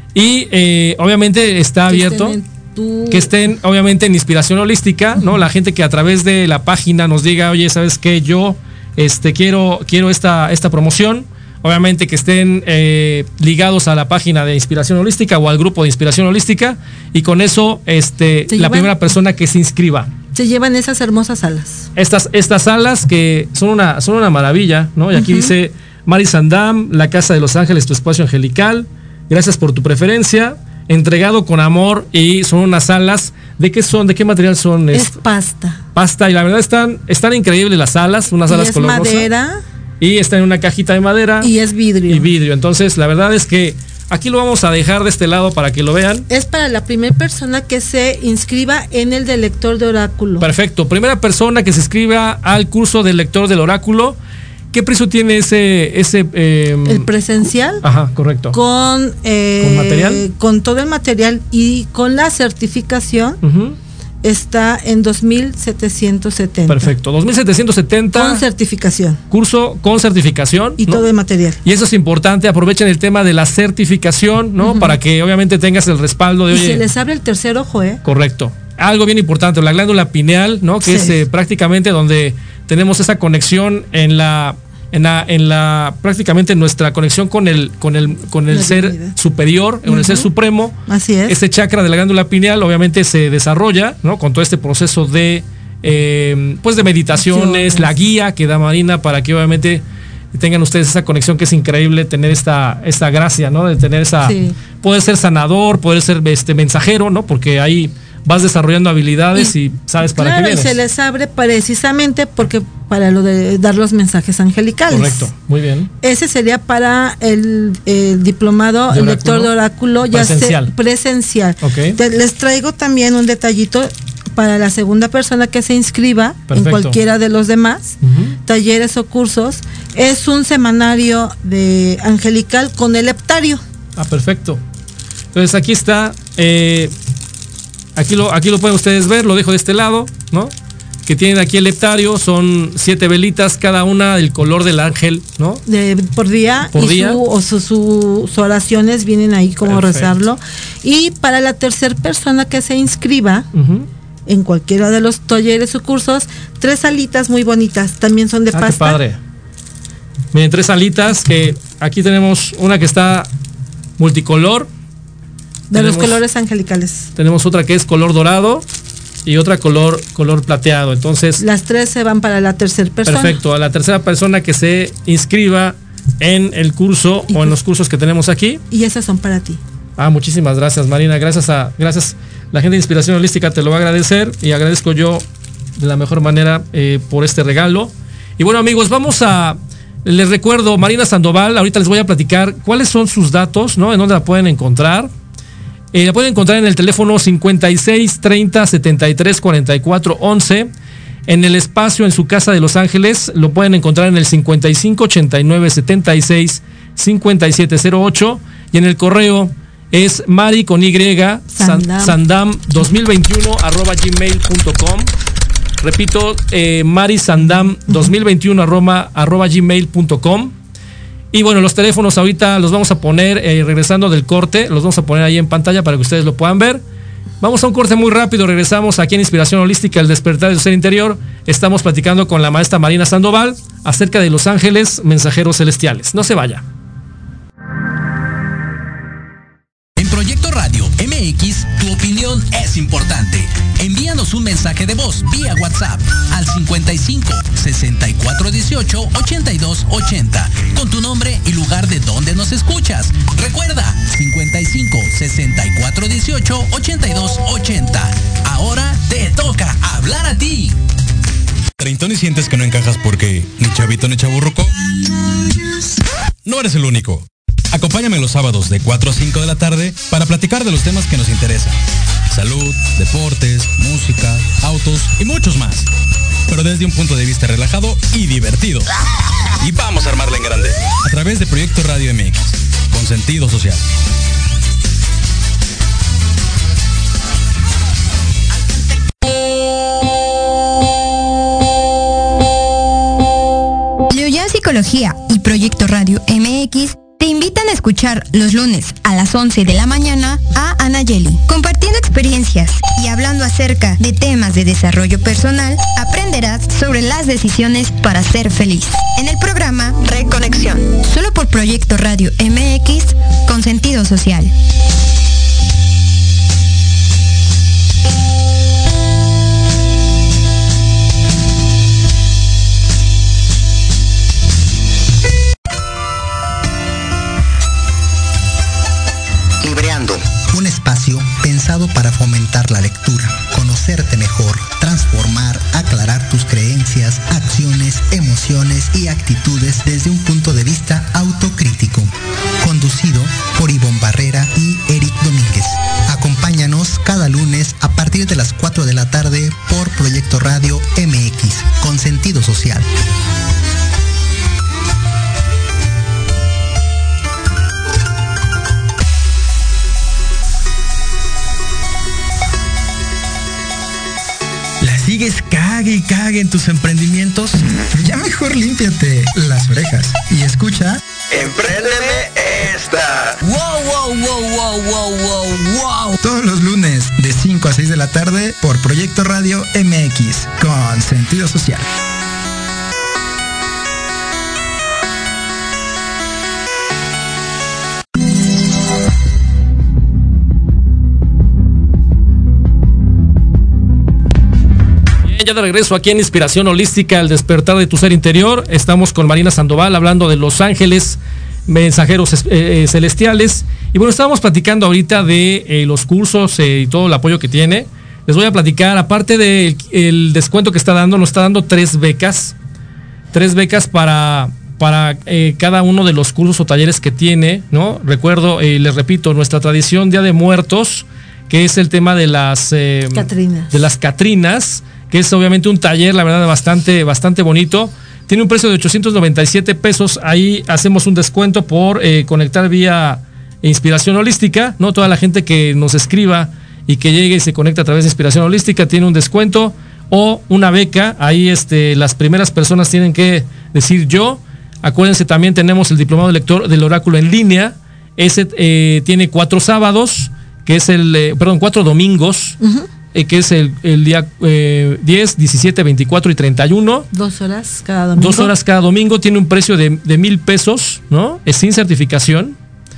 Y eh, obviamente está que abierto. Estén tu... Que estén, obviamente, en Inspiración Holística, uh-huh. ¿no? La gente que a través de la página nos diga, oye, ¿sabes qué? Yo este, quiero, quiero esta, esta promoción. Obviamente que estén eh, ligados a la página de Inspiración Holística o al grupo de Inspiración Holística. Y con eso, este, la llevan? primera persona que se inscriba. Se llevan esas hermosas alas. Estas, estas alas que son una, son una maravilla, ¿no? Y aquí uh-huh. dice Mari Sandam, la Casa de los Ángeles, tu espacio angelical. Gracias por tu preferencia. Entregado con amor. Y son unas alas. ¿De qué son? ¿De qué material son? Es esto? pasta. Pasta. Y la verdad están, están increíbles las alas. Unas y alas es color madera. rosa. Y está en una cajita de madera. Y es vidrio. Y vidrio. Entonces, la verdad es que aquí lo vamos a dejar de este lado para que lo vean. Es para la primera persona que se inscriba en el del lector de oráculo. Perfecto. Primera persona que se inscriba al curso del lector del oráculo. ¿Qué precio tiene ese? ese eh, el presencial. Ajá, correcto. Con, eh, ¿Con material? Con todo el material y con la certificación. Uh-huh. Está en dos mil setecientos setenta. Perfecto, dos mil setecientos setenta. Con certificación. Curso con certificación. Y ¿no? todo el material. Y eso es importante, aprovechen el tema de la certificación, ¿no? Uh-huh. Para que obviamente tengas el respaldo de... Y oye, se les abre el tercer ojo, ¿eh? Correcto. Algo bien importante, la glándula pineal, ¿no? Que sí. es eh, prácticamente donde tenemos esa conexión en la... En la, en la prácticamente nuestra conexión con el con el con el la ser divinidad. superior, con uh-huh. el ser supremo. Así es. Este chakra de la glándula pineal obviamente se desarrolla, ¿no? Con todo este proceso de eh, pues de meditaciones, Yo, la guía que da Marina para que obviamente tengan ustedes esa conexión, que es increíble tener esta esta gracia, ¿no? De tener esa sí. poder ser sanador, poder ser este mensajero, ¿no? Porque ahí vas desarrollando habilidades y, y sabes para claro, qué vienes. Y se les abre precisamente porque para lo de dar los mensajes angelicales. Correcto, muy bien. Ese sería para el, el diplomado, el lector de oráculo, ya presencial. Se, presencial. Okay. Te, les traigo también un detallito para la segunda persona que se inscriba. Perfecto. En cualquiera de los demás uh-huh. talleres o cursos. Es un semanario de angelical con el heptario. Ah, perfecto. Entonces aquí está... Eh, Aquí lo, aquí lo pueden ustedes ver, lo dejo de este lado, ¿no? Que tienen aquí el heptario, son siete velitas, cada una del color del ángel, ¿no? De, por día, por y día. Su, o su, su, sus oraciones vienen ahí como Perfecto. rezarlo. Y para la tercera persona que se inscriba uh-huh. en cualquiera de los talleres o cursos, tres alitas muy bonitas, también son de ah, pasta. Qué padre. Miren, tres alitas, que aquí tenemos una que está multicolor. De tenemos, los colores angelicales. Tenemos otra que es color dorado y otra color color plateado. Entonces, las tres se van para la tercera persona. Perfecto, a la tercera persona que se inscriba en el curso o en los cursos que tenemos aquí. Y esas son para ti. Ah, muchísimas gracias, Marina. Gracias a gracias la gente de Inspiración Holística, te lo va a agradecer y agradezco yo de la mejor manera eh, por este regalo. Y bueno, amigos, vamos a les recuerdo, Marina Sandoval, ahorita les voy a platicar cuáles son sus datos, ¿no? En dónde la pueden encontrar. Eh, la pueden encontrar en el teléfono cincuenta y seis, treinta, setenta y tres, cuarenta y cuatro, once. En el espacio en su casa de Los Ángeles lo pueden encontrar en el cincuenta y cinco, ochenta y nueve, setenta y seis, cincuenta y siete cero ocho. Y en el correo es Mari con Y, Sandam. Sandam dos mil veintiuno arroba gmail punto com. Repito, eh, Mari Sandam dos mil veintiuno arroba, arroba gmail punto com. Y bueno, los teléfonos ahorita los vamos a poner, eh, regresando del corte, los vamos a poner ahí en pantalla para que ustedes lo puedan ver. Vamos a un corte muy rápido, regresamos aquí en Inspiración Holística, el despertar de tu ser interior. Estamos platicando con la maestra Marina Sandoval acerca de los ángeles mensajeros celestiales. No se vaya. En Proyecto Radio M X, tu opinión es importante. Envíanos un mensaje de voz vía WhatsApp al cincuenta y cinco, sesenta y cuatro dieciocho, ochenta y dos ochenta con tu nombre y lugar de donde nos escuchas. Recuerda, cincuenta y cinco, sesenta y cuatro dieciocho, ochenta y dos ochenta. Ahora te toca hablar a ti. ¿Treintón y sientes que no encajas porque ni chavito ni chaburruco? No eres el único. Acompáñame los sábados de cuatro a cinco de la tarde para platicar de los temas que nos interesan. Salud, deportes, música, autos y muchos más. Pero desde un punto de vista relajado y divertido. Y vamos a armarla en grande. A través de Proyecto Radio M X, con sentido social. Loya Psicología y Proyecto Radio M X te invitan a escuchar los lunes a las once de la mañana a Anayeli, compartiendo experiencias y hablando acerca de temas de desarrollo personal. Aprenderás sobre las decisiones para ser feliz. En el programa Reconexión, solo por Proyecto Radio M X, con sentido social. Un espacio pensado para fomentar la lectura, conocerte mejor, transformar, aclarar tus creencias, acciones, emociones y actitudes desde un punto de vista autocrítico. Conducido por Ivonne Barrera y Eric Domínguez. Acompáñanos cada lunes a partir de las cuatro de la tarde por Proyecto Radio M X, con sentido social. ¿Sigues cague y cague en tus emprendimientos? Ya mejor límpiate las orejas y escucha ¡Empréndeme esta! ¡Wow, wow, wow, wow, wow, wow, wow! todos los lunes de cinco a seis de la tarde por Proyecto Radio M X, con sentido social. Ya de regreso aquí en Inspiración Holística, el despertar de tu ser interior. Estamos con Marina Sandoval hablando de los ángeles mensajeros eh, celestiales. Y bueno, estábamos platicando ahorita de eh, los cursos eh, y todo el apoyo que tiene. Les voy a platicar, aparte del el descuento que está dando, nos está dando tres becas. Tres becas para, para eh, cada uno de los cursos o talleres que tiene, ¿no? Recuerdo, eh, les repito, nuestra tradición Día de Muertos, que es el tema de las eh, Catrinas. de las Catrinas, que es obviamente un taller, la verdad, bastante, bastante bonito. Tiene un precio de ochocientos noventa y siete pesos. Ahí hacemos un descuento por eh, conectar vía Inspiración Holística, ¿no? Toda la gente que nos escriba y que llegue y se conecta a través de Inspiración Holística tiene un descuento o una beca. Ahí este, las primeras personas tienen que decir yo. Acuérdense, también tenemos el diplomado lector del oráculo en línea. Ese eh, tiene cuatro sábados, que es el, eh, perdón, cuatro domingos. Uh-huh. Eh, que es el, el día eh, diez, diecisiete, veinticuatro y treinta y uno. Dos horas cada domingo. Dos horas cada domingo. Tiene un precio de, de mil pesos, ¿no? Es sin certificación.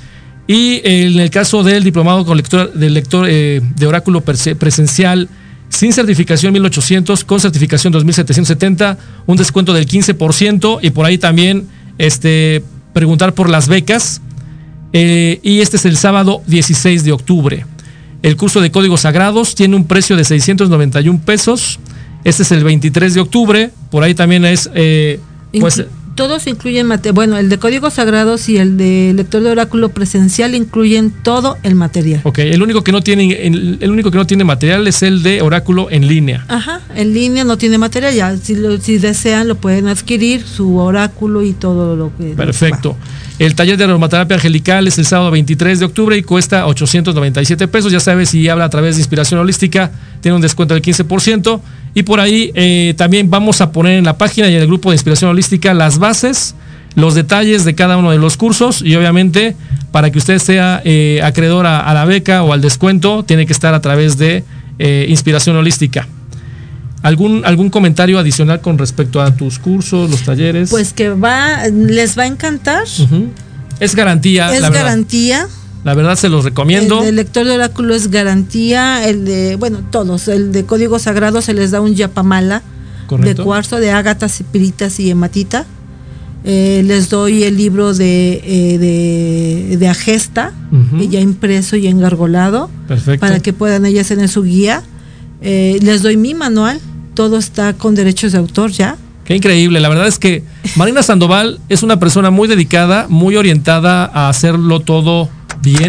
Y eh, en el caso del diplomado con lector, del lector eh, de oráculo presencial, sin certificación mil ochocientos, con certificación dos mil setecientos setenta, un descuento del quince por ciento. Y por ahí también este, preguntar por las becas. Eh, y este es el sábado dieciséis de octubre. El curso de códigos sagrados tiene un precio de seiscientos noventa y un pesos. Este es el veintitrés de octubre. Por ahí también es... Eh, pues, Inclu- todos incluyen material. Bueno, el de códigos sagrados y el de lector de oráculo presencial incluyen todo el material. Ok, el único que no tiene, el, el único que no tiene material es el de oráculo en línea. Ajá, en línea no tiene material. Ya, si, lo, si desean, lo pueden adquirir, su oráculo y todo lo que... Perfecto. El taller de aromaterapia angelical es el sábado veintitrés de octubre y cuesta ochocientos noventa y siete pesos. Ya sabes, si habla a través de Inspiración Holística, tiene un descuento del quince por ciento. Y por ahí eh, también vamos a poner en la página y en el grupo de Inspiración Holística las bases, los detalles de cada uno de los cursos. Y obviamente, para que usted sea eh, acreedor a, a la beca o al descuento, tiene que estar a través de eh, Inspiración Holística. ¿Algún, ¿Algún comentario adicional con respecto a tus cursos, los talleres? Pues que va, les va a encantar. Uh-huh. Es garantía. Es la garantía. Verdad. La verdad se los recomiendo. El de lector de oráculo es garantía. El de, bueno, todos. El de código sagrado se les da un yapamala. Correcto. De cuarzo, de ágatas, piritas y hematita. Eh, les doy el libro de, eh, de, de Agesta, uh-huh. ya impreso y engargolado. Perfecto. Para que puedan ellas tener su guía. Eh, les doy mi manual. Todo está con derechos de autor ya. Qué increíble, la verdad es que Marina Sandoval es una persona muy dedicada, muy orientada a hacerlo todo bien,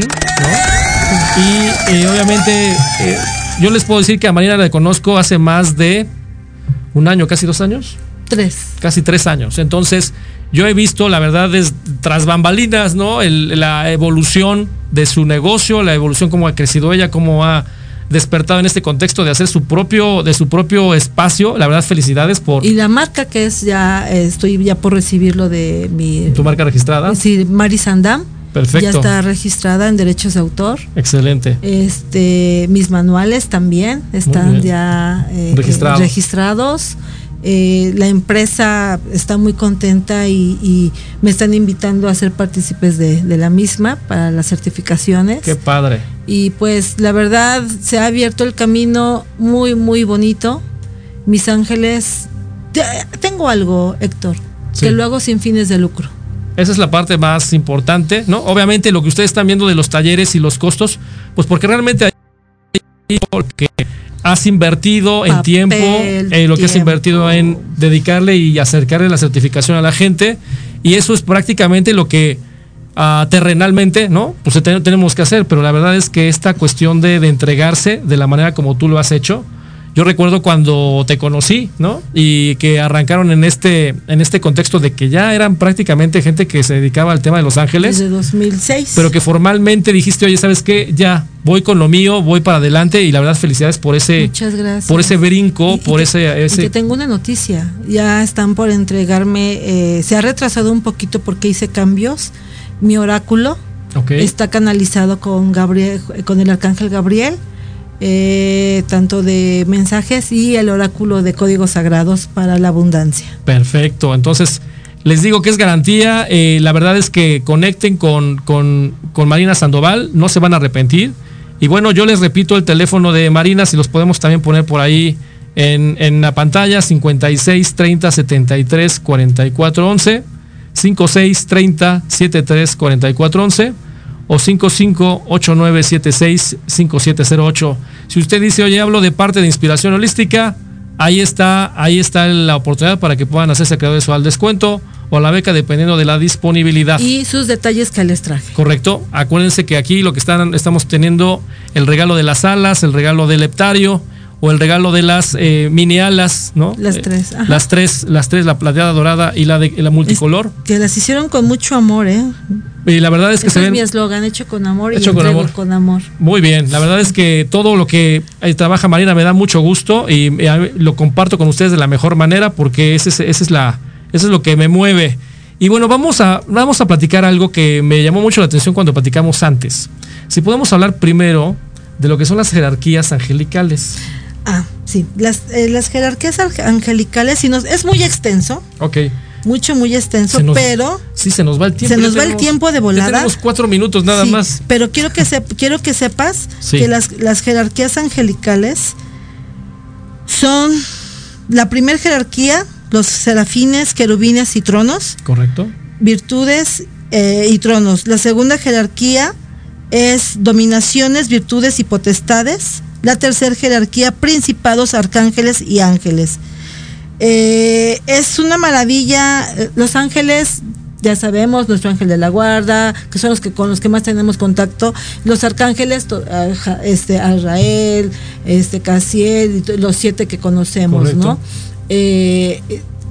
¿no? Y eh, obviamente eh, yo les puedo decir que a Marina la conozco hace más de un año, casi dos años. Tres. Casi tres años. Entonces yo he visto, la verdad, es tras bambalinas, ¿no? El, la evolución de su negocio, la evolución, cómo ha crecido ella, cómo ha despertado en este contexto de hacer su propio, de su propio espacio. La verdad, felicidades por. Y la marca que es ya, eh, estoy ya por recibirlo de mi. ¿Tu marca registrada? Sí, Mari Sandam. Perfecto. Ya está registrada en derechos de autor. Excelente. Este, mis manuales también están ya eh, registrados. Eh, registrados. Eh, la empresa está muy contenta y, y me están invitando a ser partícipes de, de la misma para las certificaciones. Qué padre. Y pues la verdad se ha abierto el camino muy muy bonito. Mis ángeles, tengo algo, Héctor, sí. que lo hago sin fines de lucro. Esa es la parte más importante, ¿no? Obviamente lo que ustedes están viendo de los talleres y los costos, pues porque realmente hay porque has invertido en Papel, tiempo, eh, lo tiempo. que has invertido en dedicarle y acercarle la certificación a la gente, y eso es prácticamente lo que uh, terrenalmente, ¿no? Pues te, tenemos que hacer, pero la verdad es que esta cuestión de, de entregarse de la manera como tú lo has hecho, yo recuerdo cuando te conocí, ¿no? Y que arrancaron en este, en este contexto de que ya eran prácticamente gente que se dedicaba al tema de Los Ángeles. Desde dos mil seis. Pero que formalmente dijiste, oye, ¿sabes qué? Ya, voy con lo mío, voy para adelante, y la verdad, felicidades por ese. Muchas gracias. Por ese brinco, y, por y ese, que, ese. Y que tengo una noticia. Ya están por entregarme, eh, se ha retrasado un poquito porque hice cambios. Mi oráculo okay. está canalizado con Gabriel, con el arcángel Gabriel. Eh, tanto de mensajes y el oráculo de códigos sagrados para la abundancia. Perfecto, entonces les digo que es garantía. Eh, la verdad es que conecten con, con, con Marina Sandoval, no se van a arrepentir. Y bueno, yo les repito el teléfono de Marina, si los podemos también poner por ahí en, en la pantalla: cincuenta y seis, treinta, setenta y tres, cuarenta y cuatro, once, cincuenta y seis, treinta, setenta y tres, cuarenta y cuatro, once o cinco cinco ocho nueve siete seis cinco siete cero ocho. Si usted dice, oye, hablo de parte de Inspiración Holística, ahí está, ahí está la oportunidad para que puedan hacerse acreedores al descuento o a la beca, dependiendo de la disponibilidad. Y sus detalles que les traje. Correcto. Acuérdense que aquí lo que están, estamos teniendo el regalo de las alas, el regalo del heptario o el regalo de las eh, mini alas, ¿no? Las tres. Ajá. Las tres, las tres, la plateada dorada y la de la multicolor. Es que las hicieron con mucho amor, ¿eh? Y la verdad es que Ese se es ven. mi eslogan, hecho con amor hecho y con amor. con amor. Muy bien, la verdad es que todo lo que trabaja Marina me da mucho gusto y lo comparto con ustedes de la mejor manera, porque ese es, ese es la, eso es lo que me mueve. Y bueno, vamos a, vamos a platicar algo que me llamó mucho la atención cuando platicamos antes. Si podemos hablar primero de lo que son las jerarquías angelicales. Ah, sí, las, eh, las jerarquías angelicales, si nos, es muy extenso. Ok. Mucho, muy extenso, nos, pero sí, se nos va el tiempo. Se nos va tenemos, el tiempo de volada. Tenemos cuatro minutos nada sí, más. Pero quiero que se, quiero que sepas sí. que las, las jerarquías angelicales son la primera jerarquía, los serafines, querubines y tronos. Correcto. Virtudes eh, y tronos. La segunda jerarquía es dominaciones, virtudes y potestades. La tercera jerarquía, principados, arcángeles y ángeles. Eh, es una maravilla. Los ángeles, ya sabemos, nuestro ángel de la guarda, que son los que con los que más tenemos contacto. Los arcángeles, este, Azrael, este, Casiel, los siete que conocemos, correcto. ¿no? Eh,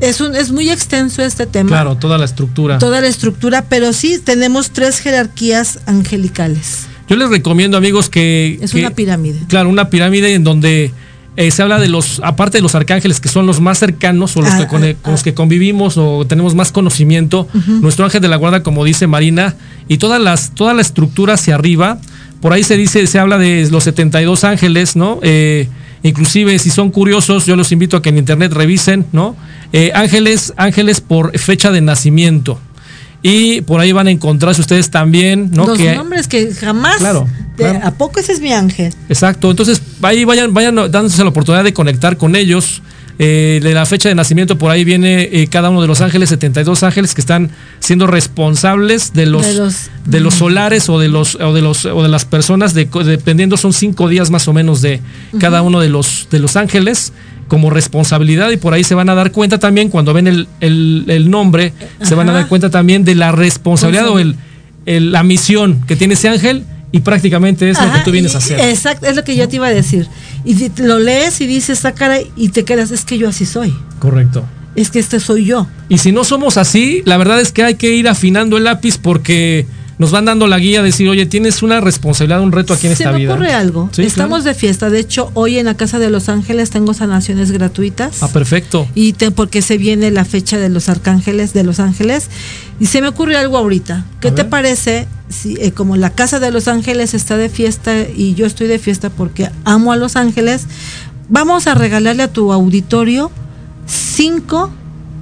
Es un es muy extenso este tema. Claro, toda la estructura. Toda la estructura, pero sí tenemos tres jerarquías angelicales. Yo les recomiendo, amigos, que... Es que, una pirámide. Claro, una pirámide en donde eh, se habla de los, aparte de los arcángeles, que son los más cercanos, o los Ah, que con, ah, con los ah. que convivimos o tenemos más conocimiento, Ujú. nuestro ángel de la guarda, como dice Marina, y todas las, toda la estructura hacia arriba. Por ahí se dice, se habla de los setenta y dos ángeles, ¿no? Eh, inclusive, si son curiosos, yo los invito a que en internet revisen, ¿no? Eh, ángeles, ángeles por fecha de nacimiento. Y por ahí van a encontrarse ustedes también, ¿no? Los que, nombres que jamás. Claro, de- claro. ¿A poco ese es mi ángel? Exacto, entonces ahí vayan, vayan dándose la oportunidad de conectar con ellos. Eh, de la fecha de nacimiento por ahí viene eh, cada uno de los ángeles, setenta y dos ángeles que están siendo responsables de los De de los- los, solares o de los o de los o de las personas, de, dependiendo, son cinco días más o menos de cada uno de los de los ángeles como responsabilidad, y por ahí se van a dar cuenta también cuando ven el, el, el nombre, se van a Ajá. dar cuenta también de la responsabilidad o el, el- la misión que tiene ese ángel, y prácticamente es lo Ajá, que tú vienes y- a hacer. Exacto, es lo que yo te iba a decir. Y si te lo lees y dices, ah, caray, y te quedas, es que yo así soy. Correcto. Es que este soy yo. Y si no somos así, la verdad es que hay que ir afinando el lápiz, porque nos van dando la guía, decir, oye, tienes una responsabilidad, un reto aquí en Se esta me vida. ocurre algo. Sí, Estamos de fiesta. De hecho, hoy en la Casa de los Ángeles tengo sanaciones gratuitas. Ah, perfecto. Y te- porque se viene la fecha de los arcángeles, de los ángeles. Y se me ocurre algo ahorita. ¿Qué A te ver. parece si eh, como la Casa de los Ángeles está de fiesta y yo estoy de fiesta porque amo a los ángeles, vamos a regalarle a tu auditorio cinco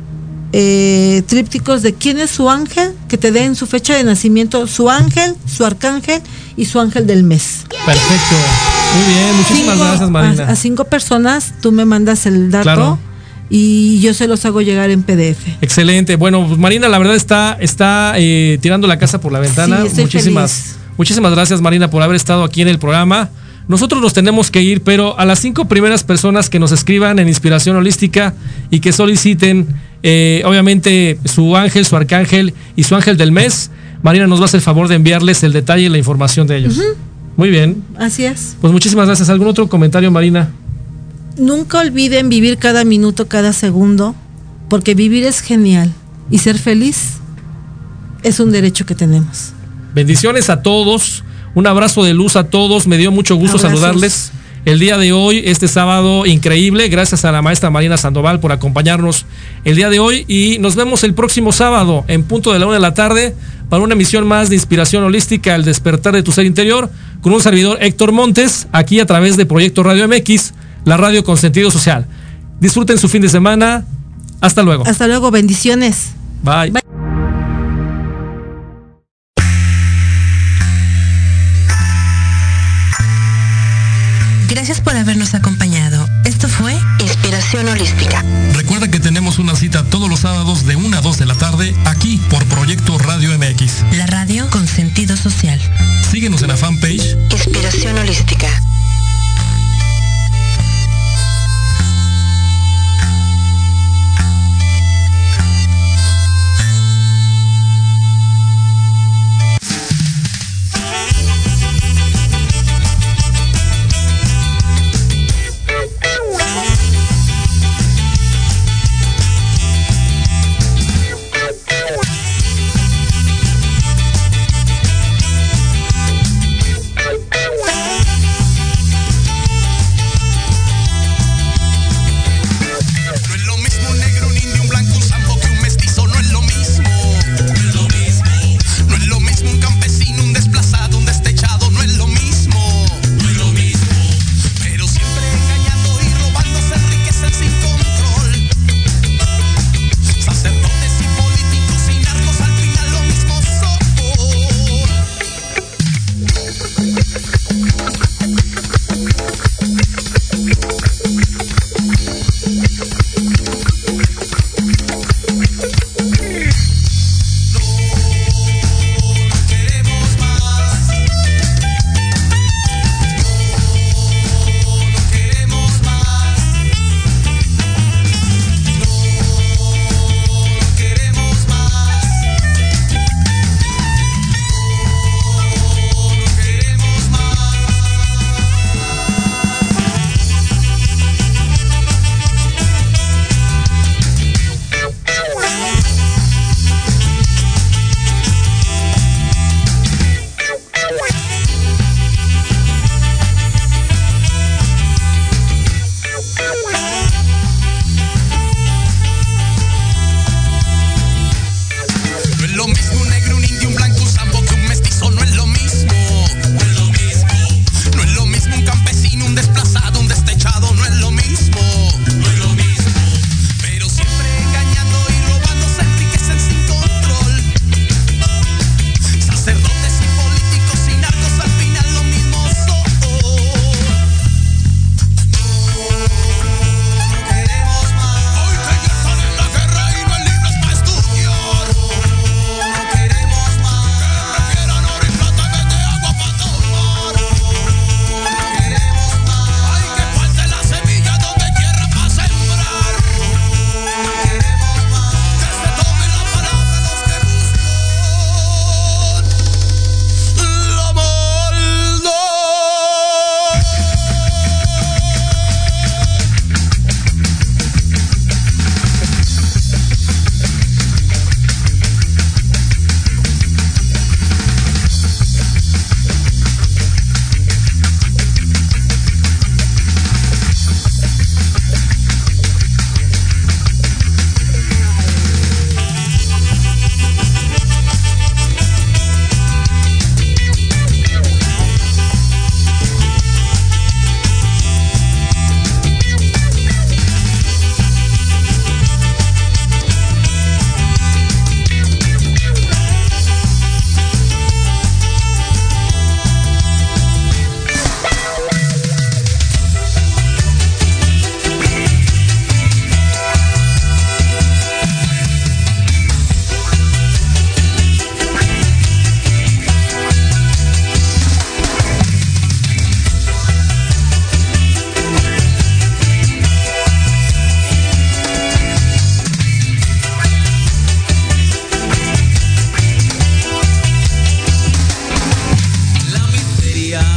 eh, trípticos de quién es su ángel, que te den su fecha de nacimiento, su ángel, su arcángel y su ángel del mes. Perfecto. Muy bien, muchísimas Cinco- gracias, Marina. A, a cinco personas, tú me mandas el dato Claro. y yo se los hago llegar en P D F. Excelente. Bueno, pues Marina, la verdad está, está eh, tirando la casa por la ventana. Sí, estoy muchísimas, feliz. muchísimas gracias, Marina, por haber estado aquí en el programa. Nosotros nos tenemos que ir, pero a las cinco primeras personas que nos escriban en Inspiración Holística y que soliciten, eh, obviamente, su ángel, su arcángel y su ángel del mes, Marina nos va a hacer el favor de enviarles el detalle y la información de ellos. Muy bien. Así es. Pues muchísimas gracias. ¿Algún otro comentario, Marina? Nunca olviden vivir cada minuto, cada segundo, porque vivir es genial y ser feliz es un derecho que tenemos. Bendiciones a todos. Un abrazo de luz a todos. Me dio mucho gusto Abrazos. saludarles el día de hoy, este sábado increíble. Gracias a la maestra Marina Sandoval por acompañarnos el día de hoy. Y nos vemos el próximo sábado en punto de la una de la tarde para una emisión más de Inspiración Holística, el despertar de tu ser interior, con un servidor Héctor Montes, aquí a través de Proyecto Radio M X, la radio con sentido social. Disfruten su fin de semana. Hasta luego. Hasta luego, bendiciones. Bye. Bye. Gracias por habernos acompañado. Esto fue Inspiración Holística. Recuerda que tenemos una cita todos los sábados de una a dos de la tarde aquí por Proyecto Radio M X. La radio con sentido social. Síguenos en la fanpage